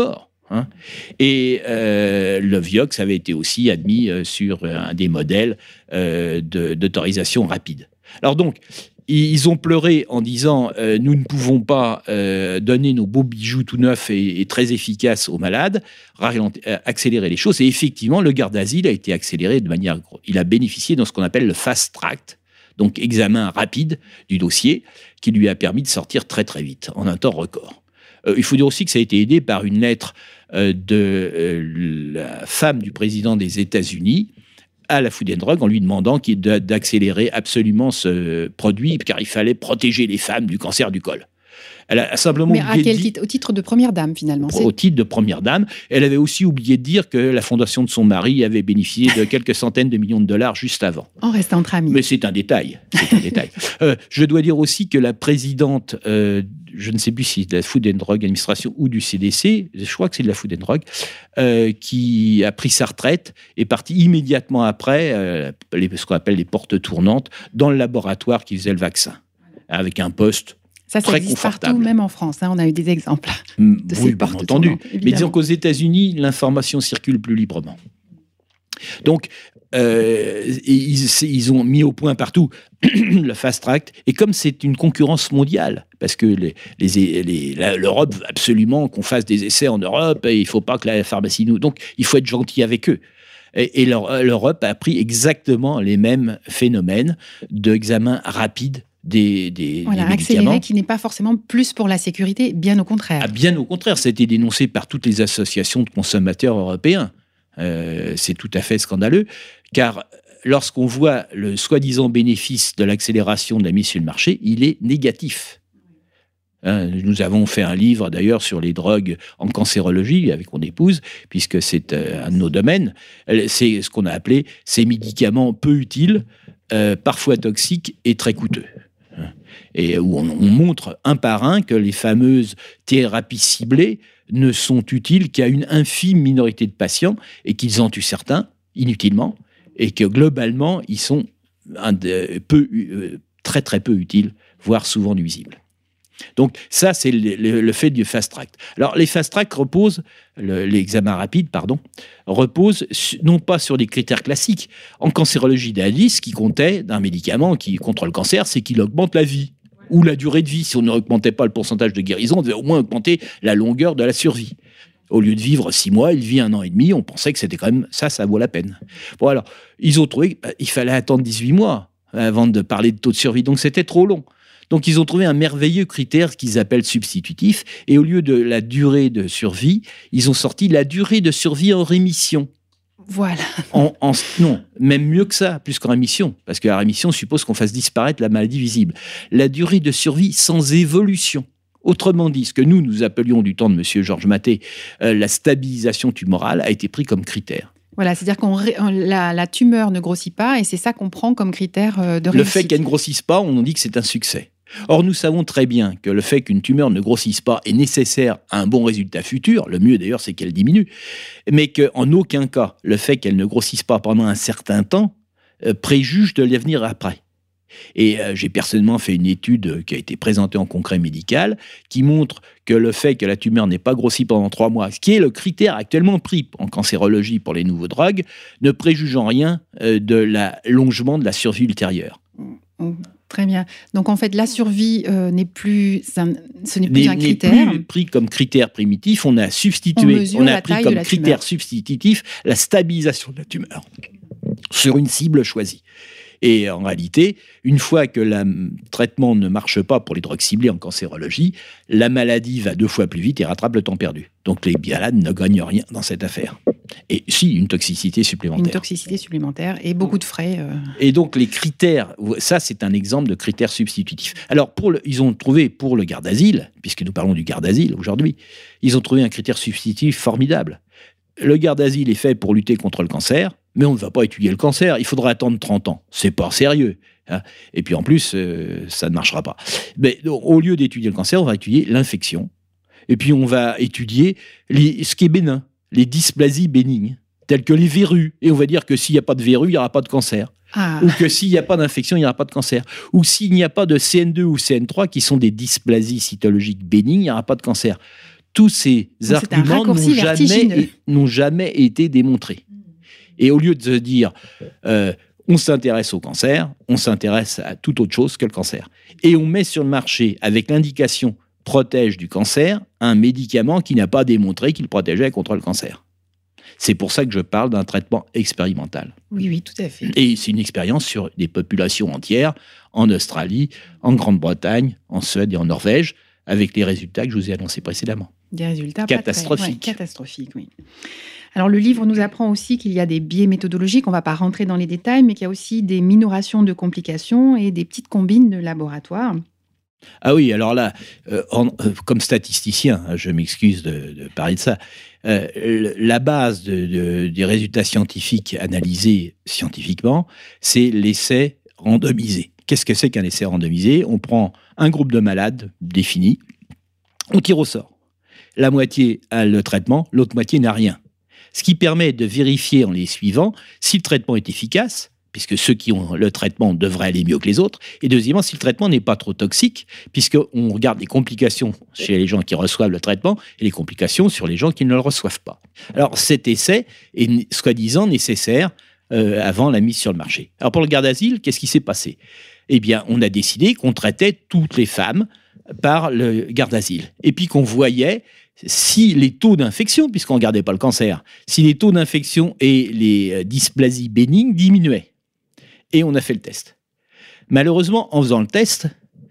Hein. Et euh, le Vioxx avait été aussi admis euh, sur un des modèles euh, de, d'autorisation rapide. Alors donc, ils ont pleuré en disant euh, « nous ne pouvons pas euh, donner nos beaux bijoux tout neufs et, et très efficaces aux malades, ralenti, euh, accélérer les choses ». Et effectivement, le garde d'asile a été accéléré de manière... Il a bénéficié de ce qu'on appelle le fast track, donc examen rapide du dossier, qui lui a permis de sortir très très vite, en un temps record. Euh, il faut dire aussi que ça a été aidé par une lettre euh, de euh, la femme du président des États-Unis à la Food and Drug en lui demandant d'accélérer absolument ce produit, car il fallait protéger les femmes du cancer du col. Elle a simplement Mais à quel dit, titre ? Au titre de première dame, finalement. Au c'est... titre de première dame. Elle avait aussi oublié de dire que la fondation de son mari avait bénéficié de quelques centaines de millions de dollars juste avant. On reste entre amis. Mais c'est un détail. C'est un détail. Euh, je dois dire aussi que la présidente, euh, je ne sais plus si c'est de la Food and Drug Administration ou du C D C, je crois que c'est de la Food and Drug, euh, qui a pris sa retraite, est partie immédiatement après, euh, les, ce qu'on appelle les portes tournantes, dans le laboratoire qui faisait le vaccin, avec un poste. Ça, ça existe partout, même en France. Hein, on a eu des exemples de oui, ces portes bien entendu. tournantes. Mais disons qu'aux États-Unis, l'information circule plus librement. Donc, euh, ils, ils ont mis au point partout le fast track. Et comme c'est une concurrence mondiale, parce que les, les, les, la, l'Europe veut absolument qu'on fasse des essais en Europe, et il ne faut pas que la pharmacie nous... Donc, il faut être gentil avec eux. Et, et l'Europe a pris exactement les mêmes phénomènes d'examen rapide Des, des, voilà, des accéléré qui n'est pas forcément plus pour la sécurité, bien au contraire. Ah, bien au contraire, ça a été dénoncé par toutes les associations de consommateurs européens. Euh, c'est tout à fait scandaleux, car lorsqu'on voit le soi-disant bénéfice de l'accélération de la mise sur le marché, il est négatif. Hein, nous avons fait un livre d'ailleurs sur les drogues en cancérologie avec mon épouse, puisque c'est euh, un de nos domaines. C'est ce qu'on a appelé ces médicaments peu utiles, euh, parfois toxiques et très coûteux. Et où on, on montre un par un que les fameuses thérapies ciblées ne sont utiles qu'à une infime minorité de patients et qu'ils en tuent certains inutilement et que globalement ils sont un de, peu, euh, très très peu utiles, voire souvent nuisibles. Donc ça, c'est le, le, le fait du fast track. Alors les fast track reposent, le, l'examen rapide, pardon, repose non pas sur des critères classiques. En cancérologie, d'indice qui comptait d'un médicament qui contre le cancer, c'est qu'il augmente la vie ou la durée de vie. Si on ne augmentait pas le pourcentage de guérison, on devait au moins augmenter la longueur de la survie. Au lieu de vivre six mois, il vit un an et demi. On pensait que c'était quand même ça, ça vaut la peine. Bon alors, ils ont trouvé qu'il fallait attendre dix-huit mois avant de parler de taux de survie, donc c'était trop long. Donc, ils ont trouvé un merveilleux critère qu'ils appellent substitutif. Et au lieu de la durée de survie, ils ont sorti la durée de survie en rémission. Voilà. En, en, non, même mieux que ça, plus qu'en rémission. Parce que la rémission suppose qu'on fasse disparaître la maladie visible. La durée de survie sans évolution. Autrement dit, ce que nous, nous appelions du temps de M. Georges Maté, euh, la stabilisation tumorale a été pris comme critère. Voilà, c'est-à-dire que la, la tumeur ne grossit pas et c'est ça qu'on prend comme critère de réussite. Le fait qu'elle ne grossisse pas, on dit que c'est un succès. Or, nous savons très bien que le fait qu'une tumeur ne grossisse pas est nécessaire à un bon résultat futur. Le mieux, d'ailleurs, c'est qu'elle diminue. Mais qu'en aucun cas, le fait qu'elle ne grossisse pas pendant un certain temps euh, préjuge de l'avenir après. Et euh, j'ai personnellement fait une étude qui a été présentée en congrès médical qui montre que le fait que la tumeur n'ait pas grossi pendant trois mois, ce qui est le critère actuellement pris en cancérologie pour les nouveaux drogues, ne préjuge en rien euh, de l'allongement de la survie ultérieure. Mmh. Très bien. Donc, en fait, la survie euh, n'est plus, ça, ce n'est plus un critère. N'est plus pris comme critère primitif. On a substitué, on, on a pris comme critère tumeur. substitutif la stabilisation de la tumeur sur une cible choisie. Et en réalité, une fois que le traitement ne marche pas pour les drogues ciblées en cancérologie, la maladie va deux fois plus vite et rattrape le temps perdu. Donc les malades ne gagnent rien dans cette affaire. Et si, une toxicité supplémentaire. Une toxicité supplémentaire et beaucoup de frais. Euh... Et donc les critères, ça c'est un exemple de critères substitutifs. Alors pour le, ils ont trouvé pour le garde d'asile, puisque nous parlons du garde d'asile aujourd'hui, ils ont trouvé un critère substitutif formidable. Le garde d'asile est fait pour lutter contre le cancer, mais on ne va pas étudier le cancer, il faudra attendre trente ans. C'est pas sérieux. Hein. Et puis en plus, euh, ça ne marchera pas. Mais donc, au lieu d'étudier le cancer, on va étudier l'infection. Et puis on va étudier les, ce qui est bénin, les dysplasies bénignes, telles que les verrues. Et on va dire que s'il n'y a pas de verrues, il n'y aura pas de cancer. Ah. Ou que s'il n'y a pas d'infection, il n'y aura pas de cancer. Ou s'il n'y a pas de C N deux ou C N trois, qui sont des dysplasies cytologiques bénignes, il n'y aura pas de cancer. tous ces Donc, arguments n'ont jamais, n'ont jamais été démontrés. Et au lieu de se dire, euh, on s'intéresse au cancer, on s'intéresse à toute autre chose que le cancer. Et on met sur le marché, avec l'indication protège du cancer, un médicament qui n'a pas démontré qu'il protégeait contre le cancer. C'est pour ça que je parle d'un traitement expérimental. Oui, oui, tout à fait. Et c'est une expérience sur des populations entières, en Australie, en Grande-Bretagne, en Suède et en Norvège, avec les résultats que je vous ai annoncés précédemment. Des résultats catastrophiques. Pas très, ouais, catastrophiques, oui. Alors, le livre nous apprend aussi qu'il y a des biais méthodologiques, on ne va pas rentrer dans les détails, mais qu'il y a aussi des minorations de complications et des petites combines de laboratoire. Ah oui, alors là, euh, en, euh, comme statisticien, je m'excuse de, de parler de ça, euh, la base de, de, des résultats scientifiques analysés scientifiquement, c'est l'essai randomisé. Qu'est-ce que c'est qu'un essai randomisé? On prend un groupe de malades défini, on tire au sort. La moitié a le traitement, l'autre moitié n'a rien. Ce qui permet de vérifier en les suivant si le traitement est efficace, puisque ceux qui ont le traitement devraient aller mieux que les autres, et deuxièmement, si le traitement n'est pas trop toxique, puisqu'on regarde les complications chez les gens qui reçoivent le traitement et les complications sur les gens qui ne le reçoivent pas. Alors, cet essai est soi-disant nécessaire euh, avant la mise sur le marché. Alors, pour le garde-asile, qu'est-ce qui s'est passé? Eh bien, on a décidé qu'on traitait toutes les femmes par le garde-asile, et puis qu'on voyait si les taux d'infection, puisqu'on ne regardait pas le cancer, si les taux d'infection et les dysplasies bénignes diminuaient. Et on a fait le test. Malheureusement, en faisant le test,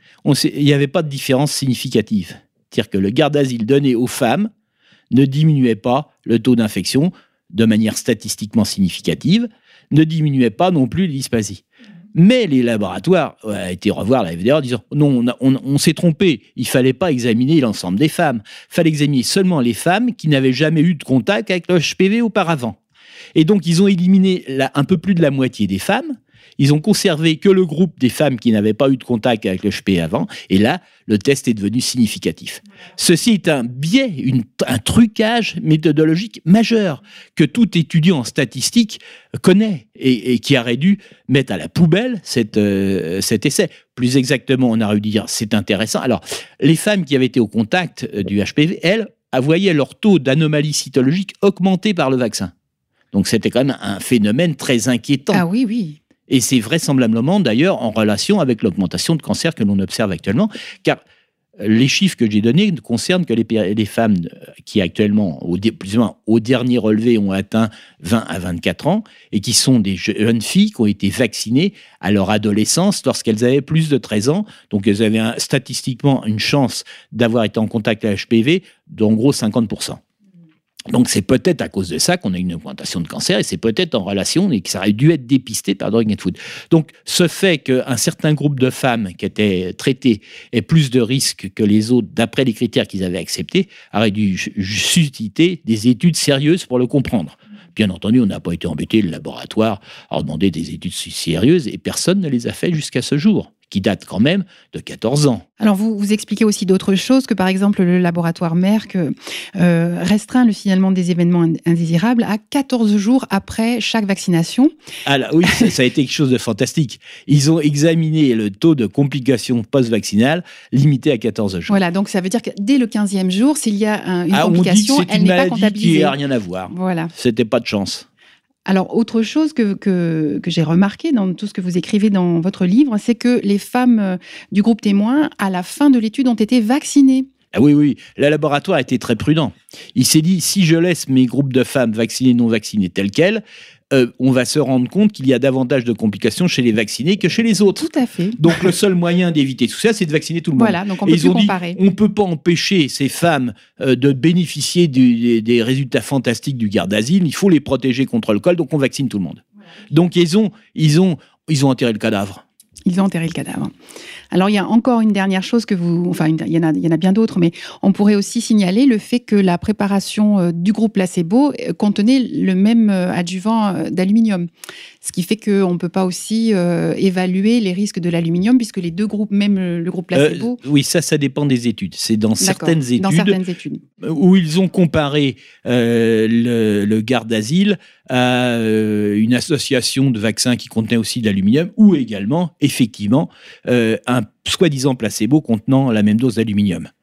il n'y avait pas de différence significative. C'est-à-dire que le garde-asile donné aux femmes ne diminuait pas le taux d'infection de manière statistiquement significative, ne diminuait pas non plus les dysplasies. Mais les laboratoires ont été revoir la F D A en disant « Non, on, on, on s'est trompé, il ne fallait pas examiner l'ensemble des femmes. Il fallait examiner seulement les femmes qui n'avaient jamais eu de contact avec le H P V auparavant. » Et donc, ils ont éliminé la, un peu plus de la moitié des femmes. Ils ont conservé que le groupe des femmes qui n'avaient pas eu de contact avec le H P V avant. Et là, le test est devenu significatif. Ceci est un biais, une, un trucage méthodologique majeur que tout étudiant en statistique connaît et, et qui aurait dû mettre à la poubelle cette, euh, cet essai. Plus exactement, on aurait dû dire c'est intéressant. Alors, les femmes qui avaient été au contact du H P V, elles, voyaient leur taux d'anomalie cytologique augmenter par le vaccin. Donc, c'était quand même un phénomène très inquiétant. Ah oui, oui. Et c'est vraisemblablement d'ailleurs en relation avec l'augmentation de cancer que l'on observe actuellement, car les chiffres que j'ai donnés ne concernent que les, les femmes qui actuellement, au, plus ou moins au dernier relevé, ont atteint vingt à vingt-quatre ans et qui sont des jeunes filles qui ont été vaccinées à leur adolescence lorsqu'elles avaient plus de treize ans. Donc elles avaient un, statistiquement une chance d'avoir été en contact avec H P V d'en gros cinquante pour cent. Donc c'est peut-être à cause de ça qu'on a une augmentation de cancer et c'est peut-être en relation et que ça aurait dû être dépisté par Drug and Food. Donc ce fait qu'un certain groupe de femmes qui étaient traitées aient plus de risques que les autres d'après les critères qu'ils avaient acceptés aurait dû susciter des études sérieuses pour le comprendre. Bien entendu, on n'a pas été embêté, le laboratoire a demandé des études sérieuses et personne ne les a fait jusqu'à ce jour, qui date quand même de quatorze ans. Alors, vous, vous expliquez aussi d'autres choses, que par exemple, le laboratoire Merck euh, restreint le signalement des événements indésirables à quatorze jours après chaque vaccination. Ah là, oui, ça, ça a été quelque chose de fantastique. Ils ont examiné le taux de complications post-vaccinales limité à quatorze jours. Voilà, donc ça veut dire que dès le quinzième jour, s'il y a un, une ah, complication, on dit que c'est elle une n'est pas maladie comptabilisée. qui n'a rien à voir. Voilà. C'était pas de chance. Alors, autre chose que, que, que j'ai remarqué dans tout ce que vous écrivez dans votre livre, c'est que les femmes du groupe témoin, à la fin de l'étude, ont été vaccinées. Ah oui, oui, le laboratoire a été très prudent. Il s'est dit, si je laisse mes groupes de femmes vaccinées, non vaccinées tels quels, euh, on va se rendre compte qu'il y a davantage de complications chez les vaccinés que chez les autres. Tout à fait. Donc le seul moyen d'éviter tout ça, c'est de vacciner tout le monde. Voilà, donc on peut Et ils plus ont comparer. dit, on ne peut pas empêcher ces femmes euh, de bénéficier du, des, des résultats fantastiques du garde-asile, il faut les protéger contre le col, donc on vaccine tout le monde. Voilà. Donc ils ont, ils, ont, ils ont enterré le cadavre. Ils ont enterré le cadavre. Alors, il y a encore une dernière chose que vous... Enfin, il y en a, il y en a bien d'autres, mais on pourrait aussi signaler le fait que la préparation du groupe placebo contenait le même adjuvant d'aluminium. Ce qui fait qu'on ne peut pas aussi euh, évaluer les risques de l'aluminium, puisque les deux groupes, même le groupe placebo... Euh, oui, ça, ça dépend des études. C'est dans certaines études, dans certaines études où ils ont comparé euh, le, le garde-asile à euh, une association de vaccins qui contenait aussi de l'aluminium, ou également, effectivement, euh, un soi-disant placebo contenant la même dose d'aluminium.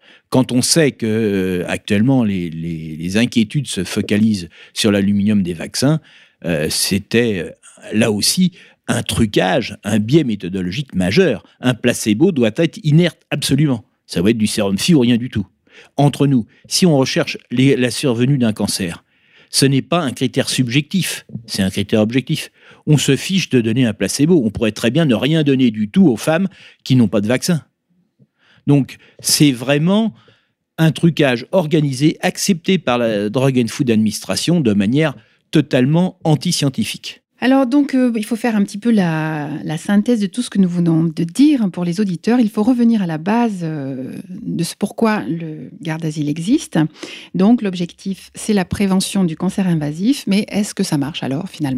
Quand on sait que euh, actuellement les, les, les inquiétudes se focalisent sur l'aluminium des vaccins, euh, c'était euh, là aussi un trucage, un biais méthodologique majeur. Un placebo doit être inerte absolument. Ça doit être du sérum Phi ou rien du tout. Entre nous, si on recherche les, la survenue d'un cancer, ce n'est pas un critère subjectif, c'est un critère objectif. On se fiche de donner un placebo. On pourrait très bien ne rien donner du tout aux femmes qui n'ont pas de vaccin. Donc, c'est vraiment un trucage organisé, accepté par la Drug and Food Administration de manière totalement anti-scientifique. Alors donc, euh, il faut faire un petit peu la, la synthèse de tout ce que nous venons de dire pour les auditeurs. Il faut revenir à la base euh, de ce pourquoi le Gardasil existe. Donc l'objectif, c'est la prévention du cancer invasif. Mais est-ce que ça marche alors finalement ?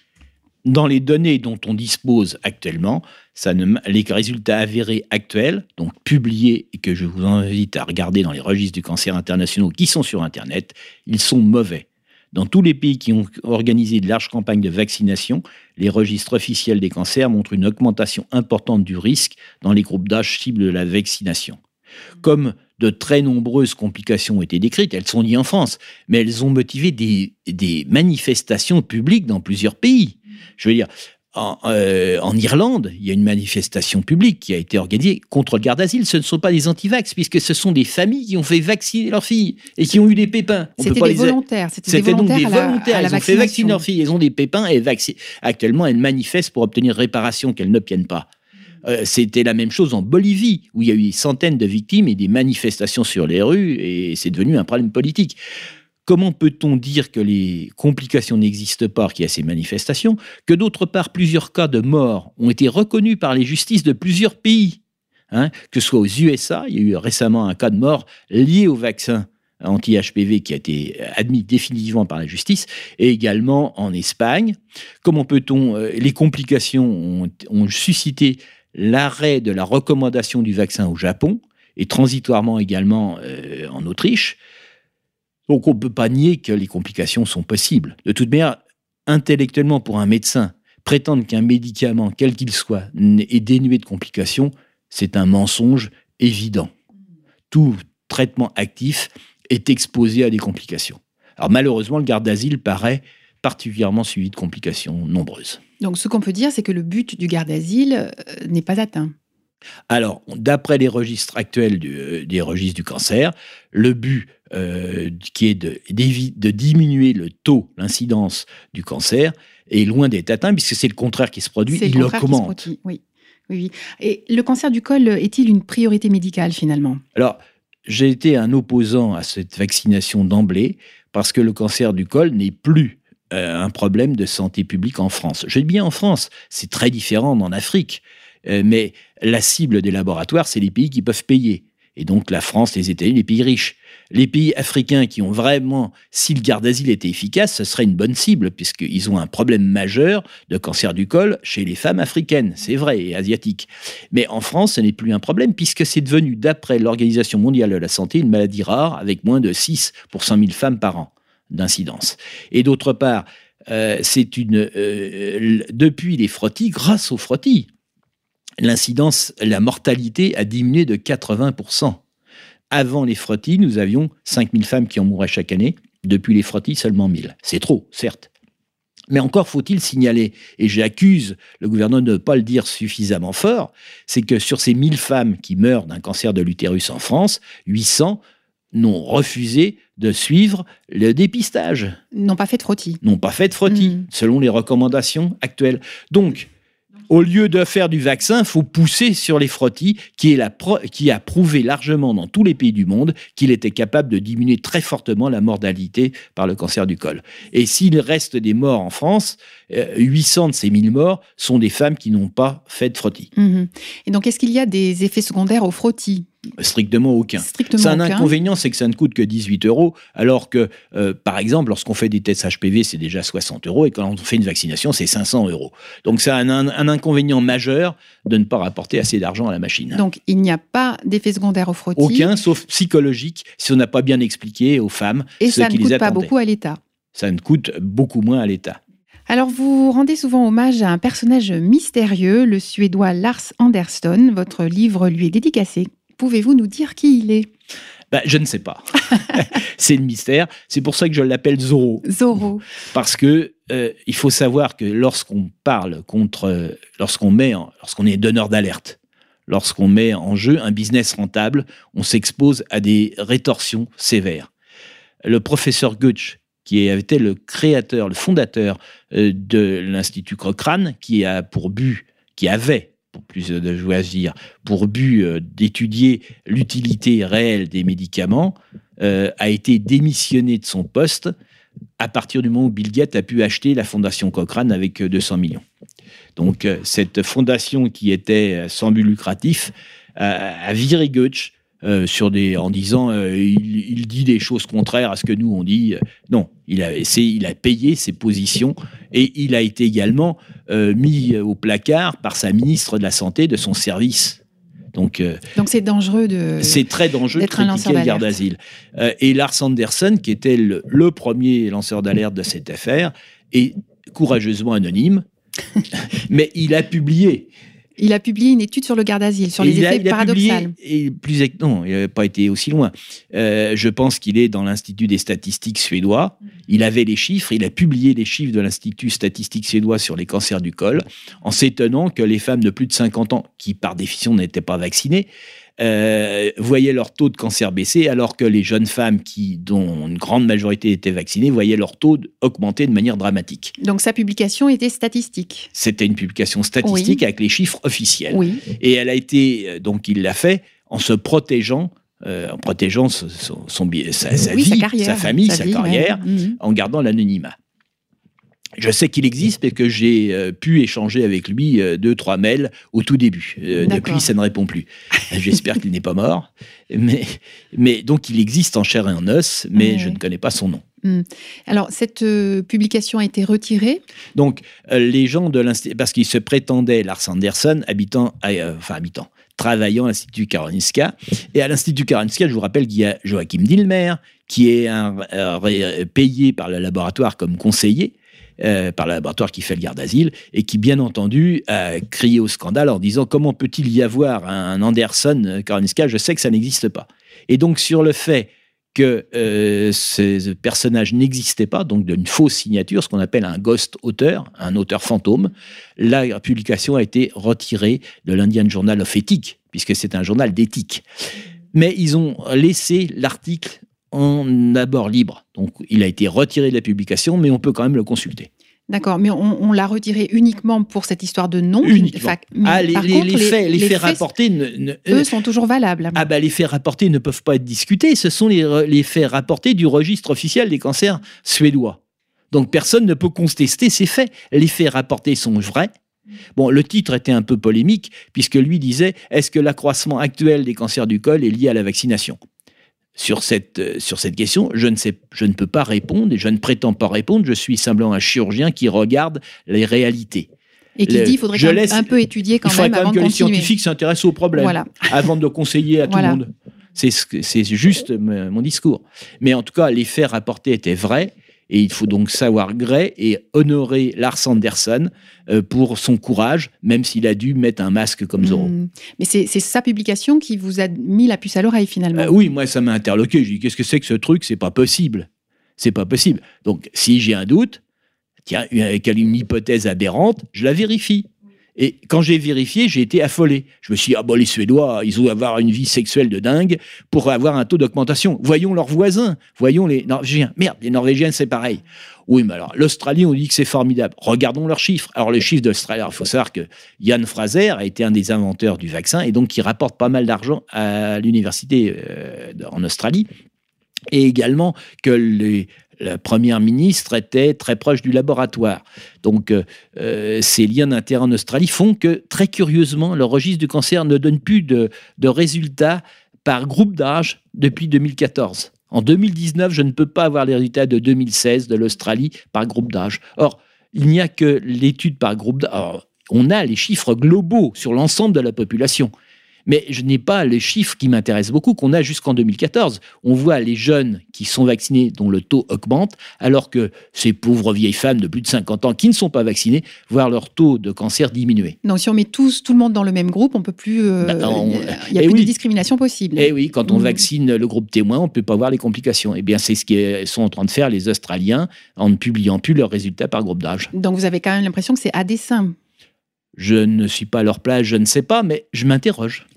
Dans les données dont on dispose actuellement, ça ne, les résultats avérés actuels, donc publiés et que je vous invite à regarder dans les registres du cancer internationaux qui sont sur Internet, ils sont mauvais. Dans tous les pays qui ont organisé de larges campagnes de vaccination, les registres officiels des cancers montrent une augmentation importante du risque dans les groupes d'âge cibles de la vaccination. Comme de très nombreuses complications ont été décrites, elles sont dites en France, mais elles ont motivé des, des manifestations publiques dans plusieurs pays. Je veux dire, en, euh, en Irlande, il y a une manifestation publique qui a été organisée contre le Gardasil. Ce ne sont pas des antivax, puisque ce sont des familles qui ont fait vacciner leurs filles et qui ont eu des pépins. On c'était peut pas des les... volontaires. C'était, c'était des volontaires donc des volontaires. Ils ont fait vacciner leurs filles. Elles ont des pépins et vacc... actuellement, elles manifestent pour obtenir réparation qu'elles n'obtiennent pas. Euh, c'était la même chose en Bolivie, où il y a eu des centaines de victimes et des manifestations sur les rues, et c'est devenu un problème politique. Comment peut-on dire que les complications n'existent pas, qu'il y a ces manifestations, que d'autre part, plusieurs cas de mort ont été reconnus par les justices de plusieurs pays, hein, que ce soit aux U S A, il y a eu récemment un cas de mort lié au vaccin anti-H P V qui a été admis définitivement par la justice, et également en Espagne. Comment peut-on... Euh, les complications ont, ont suscité l'arrêt de la recommandation du vaccin au Japon, et transitoirement également euh, en Autriche. Donc on ne peut pas nier que les complications sont possibles. De toute manière, intellectuellement, pour un médecin, prétendre qu'un médicament, quel qu'il soit, est dénué de complications, c'est un mensonge évident. Tout traitement actif est exposé à des complications. Alors malheureusement, le Gardasil paraît particulièrement suivi de complications nombreuses. Donc ce qu'on peut dire, c'est que le but du Gardasil euh, n'est pas atteint. Alors, d'après les registres actuels du, euh, des registres du cancer, le but euh, qui est de, de diminuer le taux, l'incidence du cancer, est loin d'être atteint, puisque c'est le contraire qui se produit, c'est il augmente. Oui, oui, oui. Et le cancer du col est-il une priorité médicale finalement ? Alors, j'ai été un opposant à cette vaccination d'emblée, parce que le cancer du col n'est plus euh, un problème de santé publique en France. Je dis bien en France, c'est très différent en Afrique. Euh, mais la cible des laboratoires, c'est les pays qui peuvent payer. Et donc la France, les États-Unis, les pays riches. Les pays africains qui ont vraiment, si le Gardasil était efficace, ce serait une bonne cible, puisqu'ils ont un problème majeur de cancer du col chez les femmes africaines, c'est vrai, et asiatiques. Mais en France, ce n'est plus un problème, puisque c'est devenu, d'après l'Organisation mondiale de la santé, une maladie rare, avec moins de six pour cent mille femmes par an d'incidence. Et d'autre part, euh, c'est une, euh, depuis les frottis, grâce aux frottis, l'incidence, la mortalité a diminué de quatre-vingts pour cent. Avant les frottis, nous avions cinq mille femmes qui en mouraient chaque année. Depuis les frottis, seulement mille. C'est trop, certes. Mais encore faut-il signaler, et j'accuse le gouvernement de ne pas le dire suffisamment fort, c'est que sur ces mille femmes qui meurent d'un cancer de l'utérus en France, huit cents n'ont refusé de suivre le dépistage. N'ont pas fait de frottis. N'ont pas fait de frottis, mmh. selon les recommandations actuelles. Donc, au lieu de faire du vaccin, il faut pousser sur les frottis, qui, est la pro- qui a prouvé largement dans tous les pays du monde qu'il était capable de diminuer très fortement la mortalité par le cancer du col. Et s'il reste des morts en France, euh, huit cents de ces mille morts sont des femmes qui n'ont pas fait de frottis. Mmh. Et donc, est-ce qu'il y a des effets secondaires aux frottis ? Strictement aucun. Strictement c'est un aucun. inconvénient, c'est que ça ne coûte que dix-huit euros, alors que, euh, par exemple, lorsqu'on fait des tests H P V, c'est déjà soixante euros, et quand on fait une vaccination, c'est cinq cents euros. Donc, c'est un, un, un inconvénient majeur de ne pas rapporter assez d'argent à la machine. Donc, il n'y a pas d'effet secondaire aux frottis. Aucun, sauf psychologique, si on n'a pas bien expliqué aux femmes et ce qui les attendait. Et ça ne coûte pas beaucoup à l'État. Ça ne coûte beaucoup moins à l'État. Alors, vous rendez souvent hommage à un personnage mystérieux, le Suédois Lars Andersson. Votre livre lui est dédicacé. Pouvez-vous nous dire qui il est ? Ben, je ne sais pas. C'est le mystère. C'est pour ça que je l'appelle Zorro. Zorro. Parce que euh, il faut savoir que lorsqu'on parle contre, lorsqu'on met, en, lorsqu'on est donneur d'alerte, lorsqu'on met en jeu un business rentable, on s'expose à des rétorsions sévères. Le professeur Goetsch, qui était le créateur, le fondateur euh, de l'Institut Cochrane, qui a pour but, qui avait pour plus de choisir, pour but euh, d'étudier l'utilité réelle des médicaments, euh, a été démissionné de son poste à partir du moment où Bill Gates a pu acheter la fondation Cochrane avec deux cents millions. Donc, euh, cette fondation qui était sans but lucratif a, a viré Goetsch euh, sur des, en disant euh, il, il dit des choses contraires à ce que nous on dit. Non, il a, c'est, il a payé ses positions et il a été également euh, mis au placard par sa ministre de la Santé de son service. Donc, euh, Donc c'est dangereux de. C'est très dangereux d'être de un lanceur critiquer le d'alerte. garde d'asile. Euh, et Lars Anderson, qui était le, le premier lanceur d'alerte de cette affaire, est courageusement anonyme, mais il a publié. Il a publié une étude sur le garde d'asile, sur Et les il a- effets il a paradoxaux. publié- et plus, ex- non, il n'a pas été aussi loin. Euh, je pense qu'il est dans l'Institut des statistiques suédois. Il avait les chiffres, il a publié les chiffres de l'Institut statistique suédois sur les cancers du col, en s'étonnant que les femmes de plus de cinquante ans, qui par définition n'étaient pas vaccinées, euh, voyaient leur taux de cancer baisser, alors que les jeunes femmes, qui, dont une grande majorité étaient vaccinées, voyaient leur taux augmenter de manière dramatique. Donc sa publication était statistique. C'était une publication statistique Oui. avec les chiffres officiels. Oui. Et elle a été, euh, donc il l'a fait en se protégeant, euh, en protégeant son, son- son bi- sa, sa Oui, vie, sa carrière, famille, sa sa, vie, carrière, ouais. Mhm. en gardant l'anonymat. Je sais qu'il existe parce que j'ai euh, pu échanger avec lui euh, deux, trois mails au tout début. Euh, D'accord. depuis, ça ne répond plus. J'espère qu'il n'est pas mort. Mais, mais donc, il existe en chair et en os, mais Ouais. je ne connais pas son nom. Mhm. Alors cette euh, publication a été retirée. Donc, euh, les gens de l'Institut, parce qu'ils se prétendaient, Lars Anderson, habitant, à- euh, enfin habitant, travaillant à l'Institut Karolinska. Et à l'Institut Karolinska, je vous rappelle qu'il y a Joachim Dillmer, qui est un, euh, ré- payé par le laboratoire comme conseiller, euh, par le laboratoire qui fait le garde d'asile, et qui, bien entendu, a crié au scandale en disant « Comment peut-il y avoir un Anderson euh, Karolinska ? Je sais que ça n'existe pas. » Et donc, sur le fait que euh, ce personnage n'existait pas, donc d'une fausse signature, ce qu'on appelle un ghost auteur, un auteur fantôme, la publication a été retirée de l'Indian Journal of Ethics, puisque c'est un journal d'éthique. Mais ils ont laissé l'article en abord libre. Donc, il a été retiré de la publication, mais on peut quand même le consulter. D'accord, mais on, on l'a retiré uniquement pour cette histoire de nom. Uniquement. Enfin, mais Ah, les, par les- contre, les faits, les faits rapportés... ne- ne- eux, sont toujours valables. Ah bah les faits rapportés ne peuvent pas être discutés. Ce sont les, re- les faits rapportés du registre officiel des cancers suédois. Donc personne ne peut contester ces faits. Les faits rapportés sont vrais. Bon, le titre était un peu polémique puisque lui disait « Est-ce que l'accroissement actuel des cancers du col est lié à la vaccination ?» Sur cette, euh, sur cette question, je ne, sais, je ne peux pas répondre et je ne prétends pas répondre. Je suis simplement un chirurgien qui regarde les réalités. Et qui Le- dit qu'il faudrait je quand même laisse- un peu étudier quand Il faudrait même quand avant même que de les continuer. scientifiques s'intéressent au problème Voilà. avant de conseiller à tout Voilà. le monde. C'est, ce que- c'est juste m- mon discours. Mais en tout cas, les faits rapportés étaient vrais et il faut donc savoir gré et honorer Lars Anderson euh, pour son courage, même s'il a dû mettre un masque comme Zorro. Mmh. Mais c'est c'est sa publication qui vous a mis la puce à l'oreille finalement. Euh, oui, moi, ça m'a interloqué. J'ai dit, qu'est-ce que c'est que ce truc ? C'est pas possible. C'est pas possible. Donc, si j'ai un doute, tiens, avec une hypothèse aberrante, je la vérifie. Et quand j'ai vérifié, j'ai été affolé. Je me suis dit, ah bon, les Suédois, ils vont avoir une vie sexuelle de dingue pour avoir un taux d'augmentation. Voyons leurs voisins, voyons les Norvégiens. Merde, les Norvégiens, c'est pareil. Oui, mais alors, l'Australie, on dit que c'est formidable. Regardons leurs chiffres. Alors, les chiffres d'Australie, il faut savoir que Jan Fraser a été un des inventeurs du vaccin et donc qui rapporte pas mal d'argent à l'université euh, en Australie. Et également que les, la première ministre était très proche du laboratoire. Donc, euh, ces liens d'intérêt en Australie font que, très curieusement, le registre du cancer ne donne plus de, de résultats par groupe d'âge depuis deux mille quatorze. En deux mille dix-neuf, je ne peux pas avoir les résultats de deux mille seize de l'Australie par groupe d'âge. Or, il n'y a que l'étude par groupe d'âge. Alors, on a les chiffres globaux sur l'ensemble de la population. Mais je n'ai pas les chiffres qui m'intéressent beaucoup, qu'on a jusqu'en deux mille quatorze. On voit les jeunes qui sont vaccinés dont le taux augmente, alors que ces pauvres vieilles femmes de plus de cinquante ans qui ne sont pas vaccinées, voir leur taux de cancer diminuer. Donc si on met tous, tout le monde dans le même groupe, on peut plus, euh, bah, on... il n'y a et plus oui. de discrimination possible. Et oui, quand on mmh. vaccine le groupe témoin, on ne peut pas voir les complications. Eh bien, c'est ce qu'ils sont en train de faire les Australiens en ne publiant plus leurs résultats par groupe d'âge. Donc vous avez quand même l'impression que c'est à dessein. Je ne suis pas à leur place, je ne sais pas, mais je m'interroge.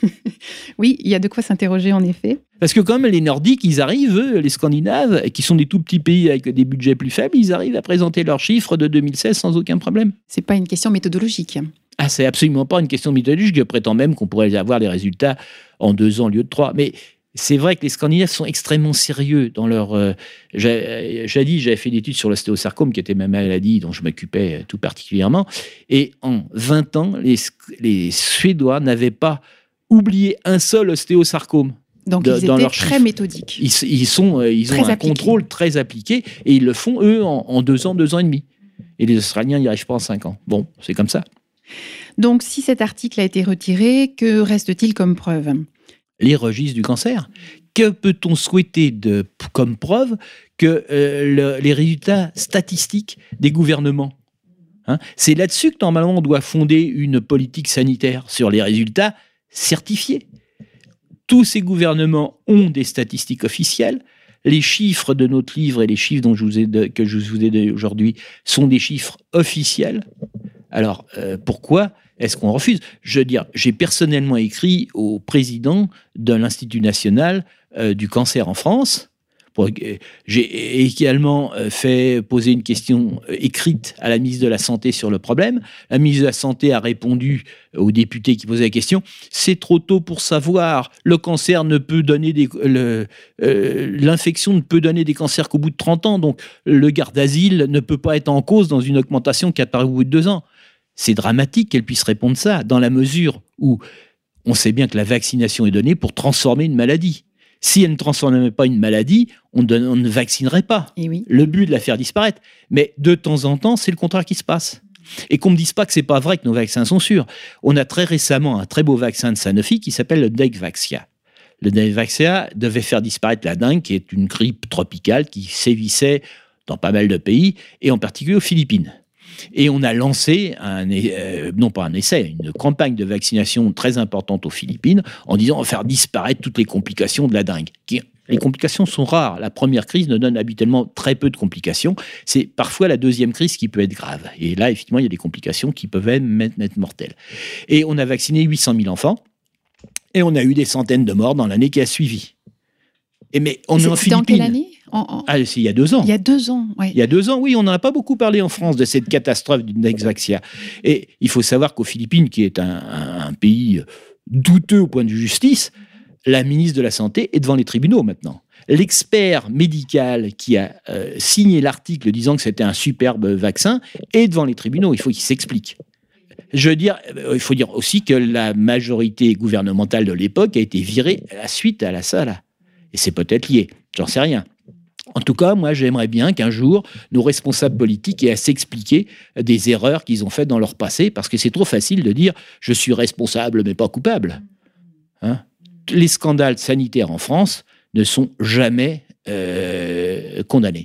Oui, il y a de quoi s'interroger en effet. Parce que comme les Nordiques, ils arrivent, eux, les Scandinaves, qui sont des tout petits pays avec des budgets plus faibles, ils arrivent à présenter leurs chiffres de deux mille seize sans aucun problème. C'est pas une question méthodologique. Ah, c'est absolument pas une question méthodologique. Je prétends même qu'on pourrait avoir les résultats en deux ans au lieu de trois. Mais c'est vrai que les Scandinaves sont extrêmement sérieux dans leur... Euh, j'ai, j'ai dit, j'avais fait une étude sur l'ostéosarcome, qui était ma maladie dont je m'occupais tout particulièrement. Et en vingt ans, les, les Suédois n'avaient pas oublié un seul ostéosarcome. Donc, de, ils dans étaient leurs très chiffres. méthodiques. Ils, ils, sont, ils très ont un appliqués. contrôle très appliqué et ils le font, eux, en, en deux ans, deux ans et demi. Et les Australiens n'y arrivent pas en cinq ans. Bon, c'est comme ça. Donc, si cet article a été retiré, que reste-t-il comme preuve ? Les registres du cancer. Que peut-on souhaiter de, comme preuve que euh, le, les résultats statistiques des gouvernements ? Hein, c'est là-dessus que normalement on doit fonder une politique sanitaire, sur les résultats certifiés. Tous ces gouvernements ont des statistiques officielles. Les chiffres de notre livre et les chiffres dont je vous ai de, que je vous ai donné aujourd'hui sont des chiffres officiels. Alors, euh, pourquoi est-ce qu'on refuse ? Je veux dire, j'ai personnellement écrit au président de l'Institut national euh, du cancer en France. Pour, euh, j'ai également euh, fait poser une question euh, écrite à la ministre de la Santé sur le problème. La ministre de la Santé a répondu aux députés qui posaient la question. C'est trop tôt pour savoir. Le cancer ne peut donner des... Le, euh, l'infection ne peut donner des cancers qu'au bout de trente ans. Donc, le garde-asile ne peut pas être en cause dans une augmentation qui apparaît au bout de deux ans. C'est dramatique qu'elle puisse répondre ça, dans la mesure où on sait bien que la vaccination est donnée pour transformer une maladie. Si elle ne transformait pas une maladie, on, donne, on ne vaccinerait pas. Et oui. Le but de la faire disparaître. Mais de temps en temps, c'est le contraire qui se passe. Et qu'on ne me dise pas que ce n'est pas vrai que nos vaccins sont sûrs. On a très récemment un très beau vaccin de Sanofi qui s'appelle le Dexvaxia. Le Dexvaxia devait faire disparaître la dengue, qui est une grippe tropicale qui sévissait dans pas mal de pays, et en particulier aux Philippines. Et on a lancé, un, euh, non pas un essai, une campagne de vaccination très importante aux Philippines en disant on va faire disparaître toutes les complications de la dengue. Qui, les complications sont rares. La première crise ne donne habituellement très peu de complications. C'est parfois la deuxième crise qui peut être grave. Et là, effectivement, il y a des complications qui peuvent être, être mortelles. Et on a vacciné huit cent mille enfants et on a eu des centaines de morts dans l'année qui a suivi. Et mais on est en Philippines. C'était en quelle année ? En, en... Ah, c'est il y a deux ans. Il y a deux ans, oui. Il y a deux ans, oui, on n'en a pas beaucoup parlé en France de cette catastrophe du Dexvaxia. Et il faut savoir qu'aux Philippines, qui est un, un, un pays douteux au point de vue justice, la ministre de la Santé est devant les tribunaux maintenant. L'expert médical qui a euh, signé l'article disant que c'était un superbe vaccin est devant les tribunaux. Il faut qu'il s'explique. Je veux dire, il faut dire aussi que la majorité gouvernementale de l'époque a été virée à la suite à la salle. Et c'est peut-être lié, j'en sais rien. En tout cas, moi, j'aimerais bien qu'un jour, nos responsables politiques aient à s'expliquer des erreurs qu'ils ont faites dans leur passé, parce que c'est trop facile de dire « je suis responsable, mais pas coupable hein ». Les scandales sanitaires en France ne sont jamais euh, condamnés.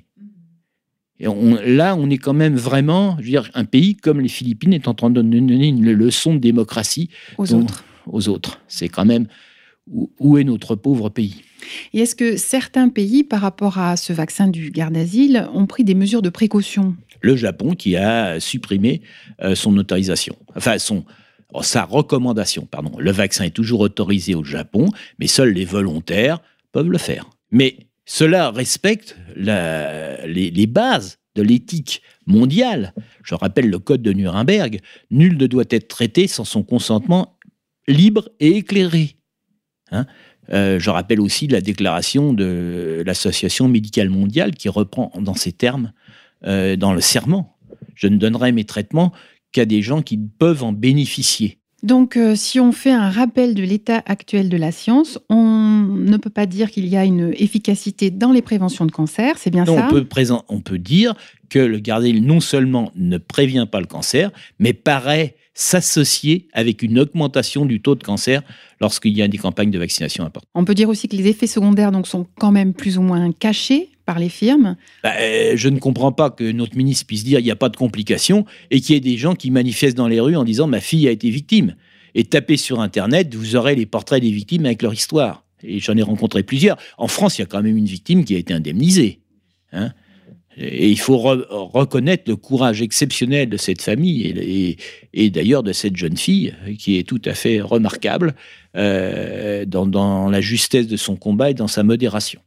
Et on, là, on est quand même vraiment, je veux dire, un pays comme les Philippines est en train de donner une leçon de démocratie aux dont, autres. Aux autres. C'est quand même où, où est notre pauvre pays. Et est-ce que certains pays, par rapport à ce vaccin du garde-asile, ont pris des mesures de précaution ? Le Japon qui a supprimé euh, son autorisation, enfin son, oh, sa recommandation, pardon. Le vaccin est toujours autorisé au Japon, mais seuls les volontaires peuvent le faire. Mais cela respecte la, les, les bases de l'éthique mondiale. Je rappelle le code de Nuremberg. Nul ne doit être traité sans son consentement libre et éclairé. Hein ? Euh, je rappelle aussi la déclaration de l'Association médicale mondiale qui reprend dans ces termes, euh, dans le serment. Je ne donnerai mes traitements qu'à des gens qui peuvent en bénéficier. Donc, euh, si on fait un rappel de l'état actuel de la science, on ne peut pas dire qu'il y a une efficacité dans les préventions de cancer, c'est bien non, ça ? on peut, on peut dire que le garde-asile non seulement ne prévient pas le cancer, mais paraît s'associer avec une augmentation du taux de cancer lorsqu'il y a des campagnes de vaccination importantes. On peut dire aussi que les effets secondaires donc, sont quand même plus ou moins cachés par les firmes. Bah, euh, je ne comprends pas que notre ministre puisse dire qu'il n'y a pas de complications et qu'il y ait des gens qui manifestent dans les rues en disant « ma fille a été victime ». Et tapez sur Internet, vous aurez les portraits des victimes avec leur histoire. Et j'en ai rencontré plusieurs. En France, il y a quand même une victime qui a été indemnisée. Hein. Et il faut re- reconnaître le courage exceptionnel de cette famille et, et, et d'ailleurs de cette jeune fille qui est tout à fait remarquable euh, dans, dans la justesse de son combat et dans sa modération.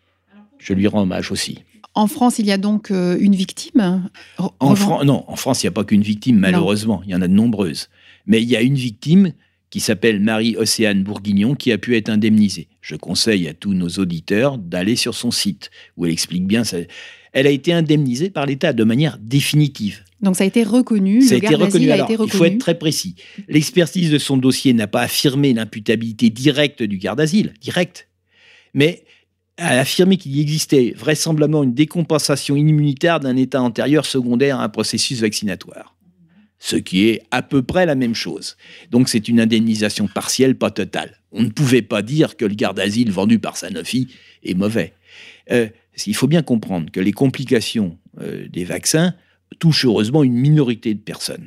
Je lui rends hommage aussi. En France, il y a donc euh, une victime Re- en Fran- Non, en France, il n'y a pas qu'une victime, malheureusement. Non. Il y en a de nombreuses. Mais il y a une victime qui s'appelle Marie-Océane Bourguignon, qui a pu être indemnisée. Je conseille à tous nos auditeurs d'aller sur son site, où elle explique bien ça. Elle a été indemnisée par l'État de manière définitive. Donc ça a été reconnu, ça le a été garde reconnu. d'asile a Alors, été reconnu. Il faut être très précis. L'expertise de son dossier n'a pas affirmé l'imputabilité directe du garde d'asile, directe, mais a affirmé qu'il y existait vraisemblablement une décompensation immunitaire d'un état antérieur secondaire à un processus vaccinatoire. Ce qui est à peu près la même chose. Donc c'est une indemnisation partielle, pas totale. On ne pouvait pas dire que le garde d'asile vendu par Sanofi est mauvais. Euh, il faut bien comprendre que les complications euh, des vaccins touchent heureusement une minorité de personnes.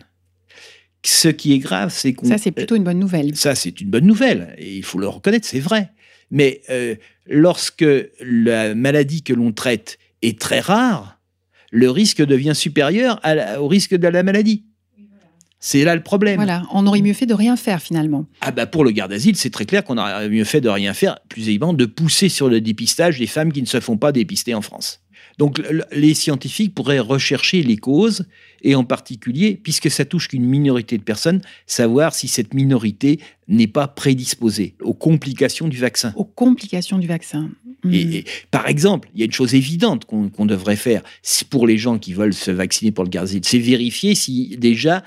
Ce qui est grave, c'est qu'on... Ça, c'est plutôt une bonne nouvelle. Ça, c'est une bonne nouvelle, et il faut le reconnaître, c'est vrai. Mais euh, lorsque la maladie que l'on traite est très rare, le risque devient supérieur à la, au risque de la maladie. C'est là le problème. Voilà, on aurait mieux fait de rien faire finalement. Ah bah pour le garde d'asile, c'est très clair qu'on aurait mieux fait de rien faire, plus évidemment de pousser sur le dépistage des femmes qui ne se font pas dépister en France. Donc les scientifiques pourraient rechercher les causes et en particulier, puisque ça touche qu'une minorité de personnes, savoir si cette minorité n'est pas prédisposée aux complications du vaccin. Aux complications du vaccin. Mmh. Et, et, par exemple, il y a une chose évidente qu'on, qu'on devrait faire pour les gens qui veulent se vacciner pour le garde d'asile, c'est vérifier si déjà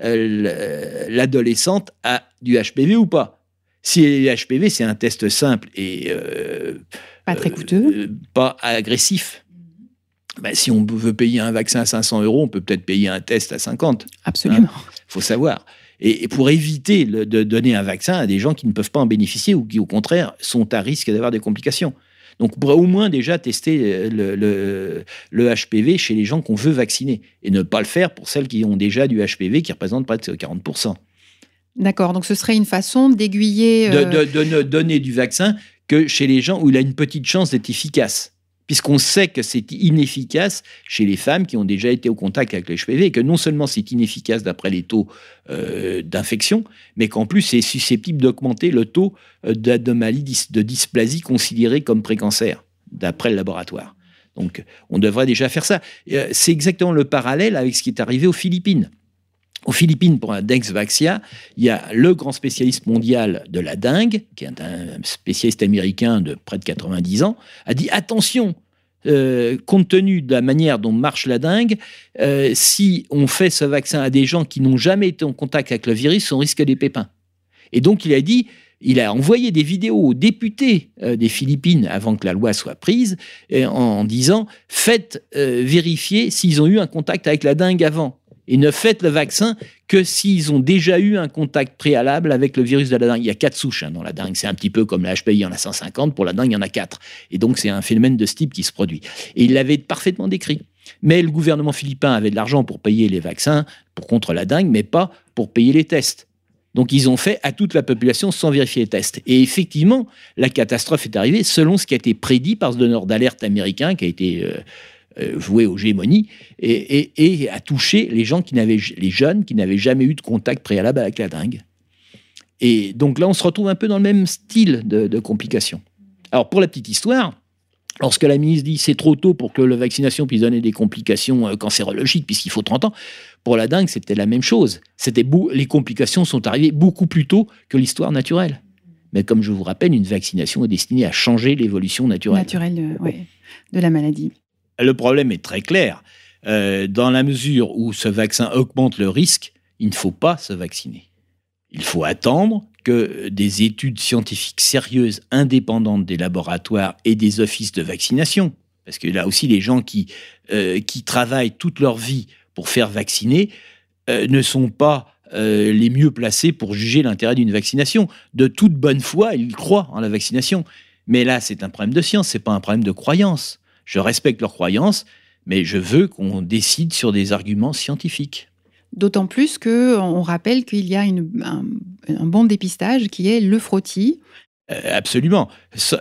euh, l'adolescente a du H P V ou pas. Si elle a H P V, c'est un test simple et euh, pas très coûteux, euh, pas agressif. Ben, si on veut payer un vaccin à cinq cents euros, on peut peut-être payer un test à cinquante. Absolument. Il hein, faut savoir. Et, et pour éviter le, de donner un vaccin à des gens qui ne peuvent pas en bénéficier ou qui, au contraire, sont à risque d'avoir des complications. Donc, on pourrait au moins déjà tester le, le, le H P V chez les gens qu'on veut vacciner et ne pas le faire pour celles qui ont déjà du H P V qui représente près de quarante pour cent. D'accord, donc ce serait une façon d'aiguiller... Euh... De, de, de ne donner du vaccin que chez les gens où il a une petite chance d'être efficace. Puisqu'on sait que c'est inefficace chez les femmes qui ont déjà été au contact avec le H P V et que non seulement c'est inefficace d'après les taux euh, d'infection, mais qu'en plus c'est susceptible d'augmenter le taux euh, d'anomalies de dysplasie considérées comme précancer d'après le laboratoire. Donc on devrait déjà faire ça. Euh, c'est exactement le parallèle avec ce qui est arrivé aux Philippines. Aux Philippines, pour un Dexvaxia, il y a le grand spécialiste mondial de la dengue, qui est un spécialiste américain de près de quatre-vingt-dix ans, a dit « Attention, euh, compte tenu de la manière dont marche la dengue, euh, si on fait ce vaccin à des gens qui n'ont jamais été en contact avec le virus, on risque des pépins. » Et donc, il a dit... Il a envoyé des vidéos aux députés euh, des Philippines avant que la loi soit prise, et en, en disant « Faites euh, vérifier s'ils ont eu un contact avec la dengue avant. » Et ne faites le vaccin que s'ils ont déjà eu un contact préalable avec le virus de la dengue. Il y a quatre souches hein, dans la dengue. C'est un petit peu comme la H P V, il y en a cent cinquante. Pour la dengue, il y en a quatre. Et donc, c'est un phénomène de ce type qui se produit. Et il l'avait parfaitement décrit. Mais le gouvernement philippin avait de l'argent pour payer les vaccins pour contre la dengue, mais pas pour payer les tests. Donc, ils ont fait à toute la population sans vérifier les tests. Et effectivement, la catastrophe est arrivée selon ce qui a été prédit par ce donneur d'alerte américain qui a été... Euh, Euh, voué aux gémonies et, et, et à toucher les gens qui n'avaient, les jeunes qui n'avaient jamais eu de contact préalable avec la dengue. Et donc là, on se retrouve un peu dans le même style de, de complications. Alors, pour la petite histoire, lorsque la ministre dit c'est trop tôt pour que la vaccination puisse donner des complications euh, cancérologiques, puisqu'il faut trente ans, pour la dengue, c'était la même chose. C'était beau, les complications sont arrivées beaucoup plus tôt que l'histoire naturelle. Mais comme je vous rappelle, une vaccination est destinée à changer l'évolution naturelle. Naturelle de, ouais, de la maladie. Le problème est très clair. Euh, dans la mesure où ce vaccin augmente le risque, il ne faut pas se vacciner. Il faut attendre que des études scientifiques sérieuses, indépendantes des laboratoires et des offices de vaccination, parce que là aussi, les gens qui, euh, qui travaillent toute leur vie pour faire vacciner euh, ne sont pas euh, les mieux placés pour juger l'intérêt d'une vaccination. De toute bonne foi, ils croient en la vaccination. Mais là, c'est un problème de science, c'est pas un problème de croyance. Je respecte leurs croyances, mais je veux qu'on décide sur des arguments scientifiques. D'autant plus qu'on rappelle qu'il y a une, un, un bon dépistage qui est le frottis. Euh, absolument. Ce,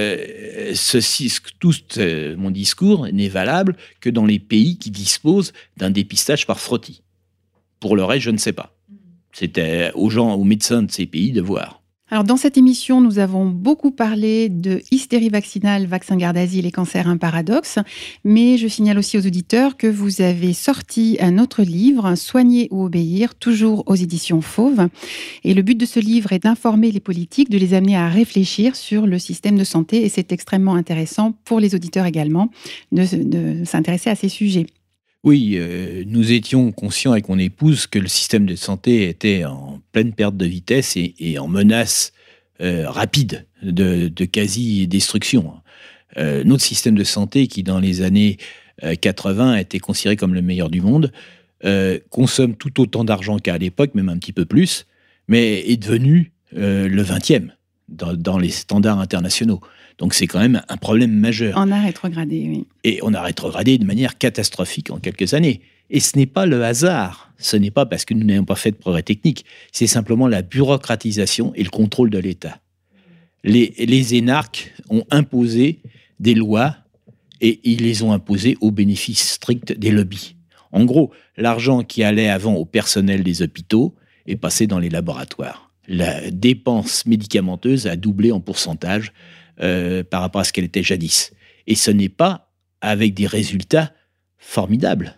euh, ceci, tout euh, mon discours n'est valable que dans les pays qui disposent d'un dépistage par frottis. Pour le reste, je ne sais pas. C'était aux gens, aux médecins de ces pays de voir. Alors, dans cette émission, nous avons beaucoup parlé de hystérie vaccinale, vaccin garde asile et cancer, un paradoxe. Mais je signale aussi aux auditeurs que vous avez sorti un autre livre, Soigner ou obéir, toujours aux éditions Fauve. Et le but de ce livre est d'informer les politiques, de les amener à réfléchir sur le système de santé. Et c'est extrêmement intéressant pour les auditeurs également de, de s'intéresser à ces sujets. Oui, euh, nous étions conscients avec mon épouse que le système de santé était en pleine perte de vitesse et, et en menace euh, rapide de, de quasi-destruction. Euh, notre système de santé, qui dans les années euh, quatre-vingts était considéré comme le meilleur du monde, euh, consomme tout autant d'argent qu'à l'époque, même un petit peu plus, mais est devenu euh, le vingtième dans, dans les standards internationaux. Donc c'est quand même un problème majeur. On a rétrogradé, oui. Et on a rétrogradé de manière catastrophique en quelques années. Et ce n'est pas le hasard. Ce n'est pas parce que nous n'avons pas fait de progrès techniques. C'est simplement la bureaucratisation et le contrôle de l'État. Les, les énarques ont imposé des lois et ils les ont imposées au bénéfice strict des lobbies. En gros, l'argent qui allait avant au personnel des hôpitaux est passé dans les laboratoires. La dépense médicamenteuse a doublé en pourcentage Euh, par rapport à ce qu'elle était jadis. Et ce n'est pas avec des résultats formidables.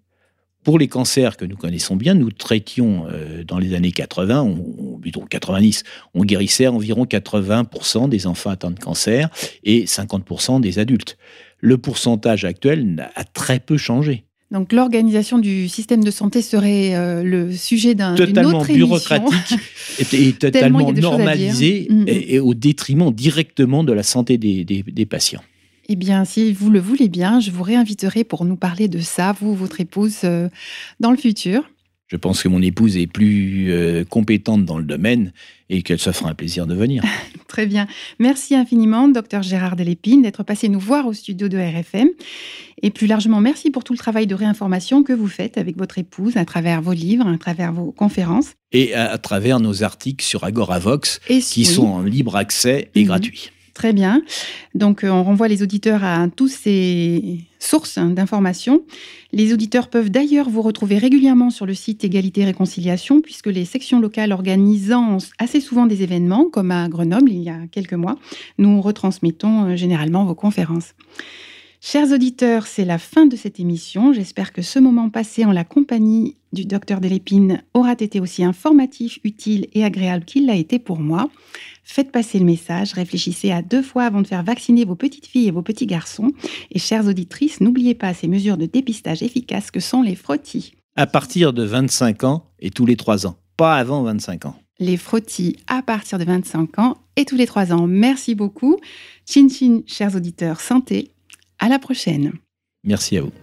Pour les cancers que nous connaissons bien, nous traitions euh, dans les années quatre-vingts, on, plutôt quatre-vingt-dix, on guérissait environ quatre-vingts pour cent des enfants atteints de cancer et cinquante pour cent des adultes. Le pourcentage actuel a très peu changé. Donc l'organisation du système de santé serait euh, le sujet d'un, d'une autre émission. Totalement bureaucratique et, et totalement normalisé mmh. et, et au détriment directement de la santé des, des, des patients. Eh bien, si vous le voulez bien, je vous réinviterai pour nous parler de ça, vous, votre épouse, euh, dans le futur. Je pense que mon épouse est plus euh, compétente dans le domaine et qu'elle se fera un plaisir de venir. Très bien. Merci infiniment, docteur Gérard Delépine, d'être passé nous voir au studio de R F M. Et plus largement, merci pour tout le travail de réinformation que vous faites avec votre épouse à travers vos livres, à travers vos conférences. Et à, à travers nos articles sur Agoravox, et qui oui. sont en libre accès et mmh. gratuits. Très bien. Donc, euh, on renvoie les auditeurs à toutes ces sources d'informations. Les auditeurs peuvent d'ailleurs vous retrouver régulièrement sur le site Égalité et Réconciliation, puisque les sections locales organisant assez souvent des événements, comme à Grenoble il y a quelques mois, nous retransmettons euh, généralement vos conférences. Chers auditeurs, c'est la fin de cette émission. J'espère que ce moment passé en la compagnie du docteur Delépine aura été aussi informatif, utile et agréable qu'il l'a été pour moi. Faites passer le message, réfléchissez à deux fois avant de faire vacciner vos petites filles et vos petits garçons. Et chères auditrices, n'oubliez pas ces mesures de dépistage efficaces que sont les frottis. À partir de vingt-cinq ans et tous les trois ans, pas avant vingt-cinq ans. Les frottis à partir de vingt-cinq ans et tous les trois ans. Merci beaucoup. Chin chin, chers auditeurs, santé. À la prochaine. Merci à vous.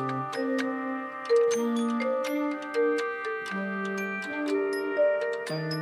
Thank you.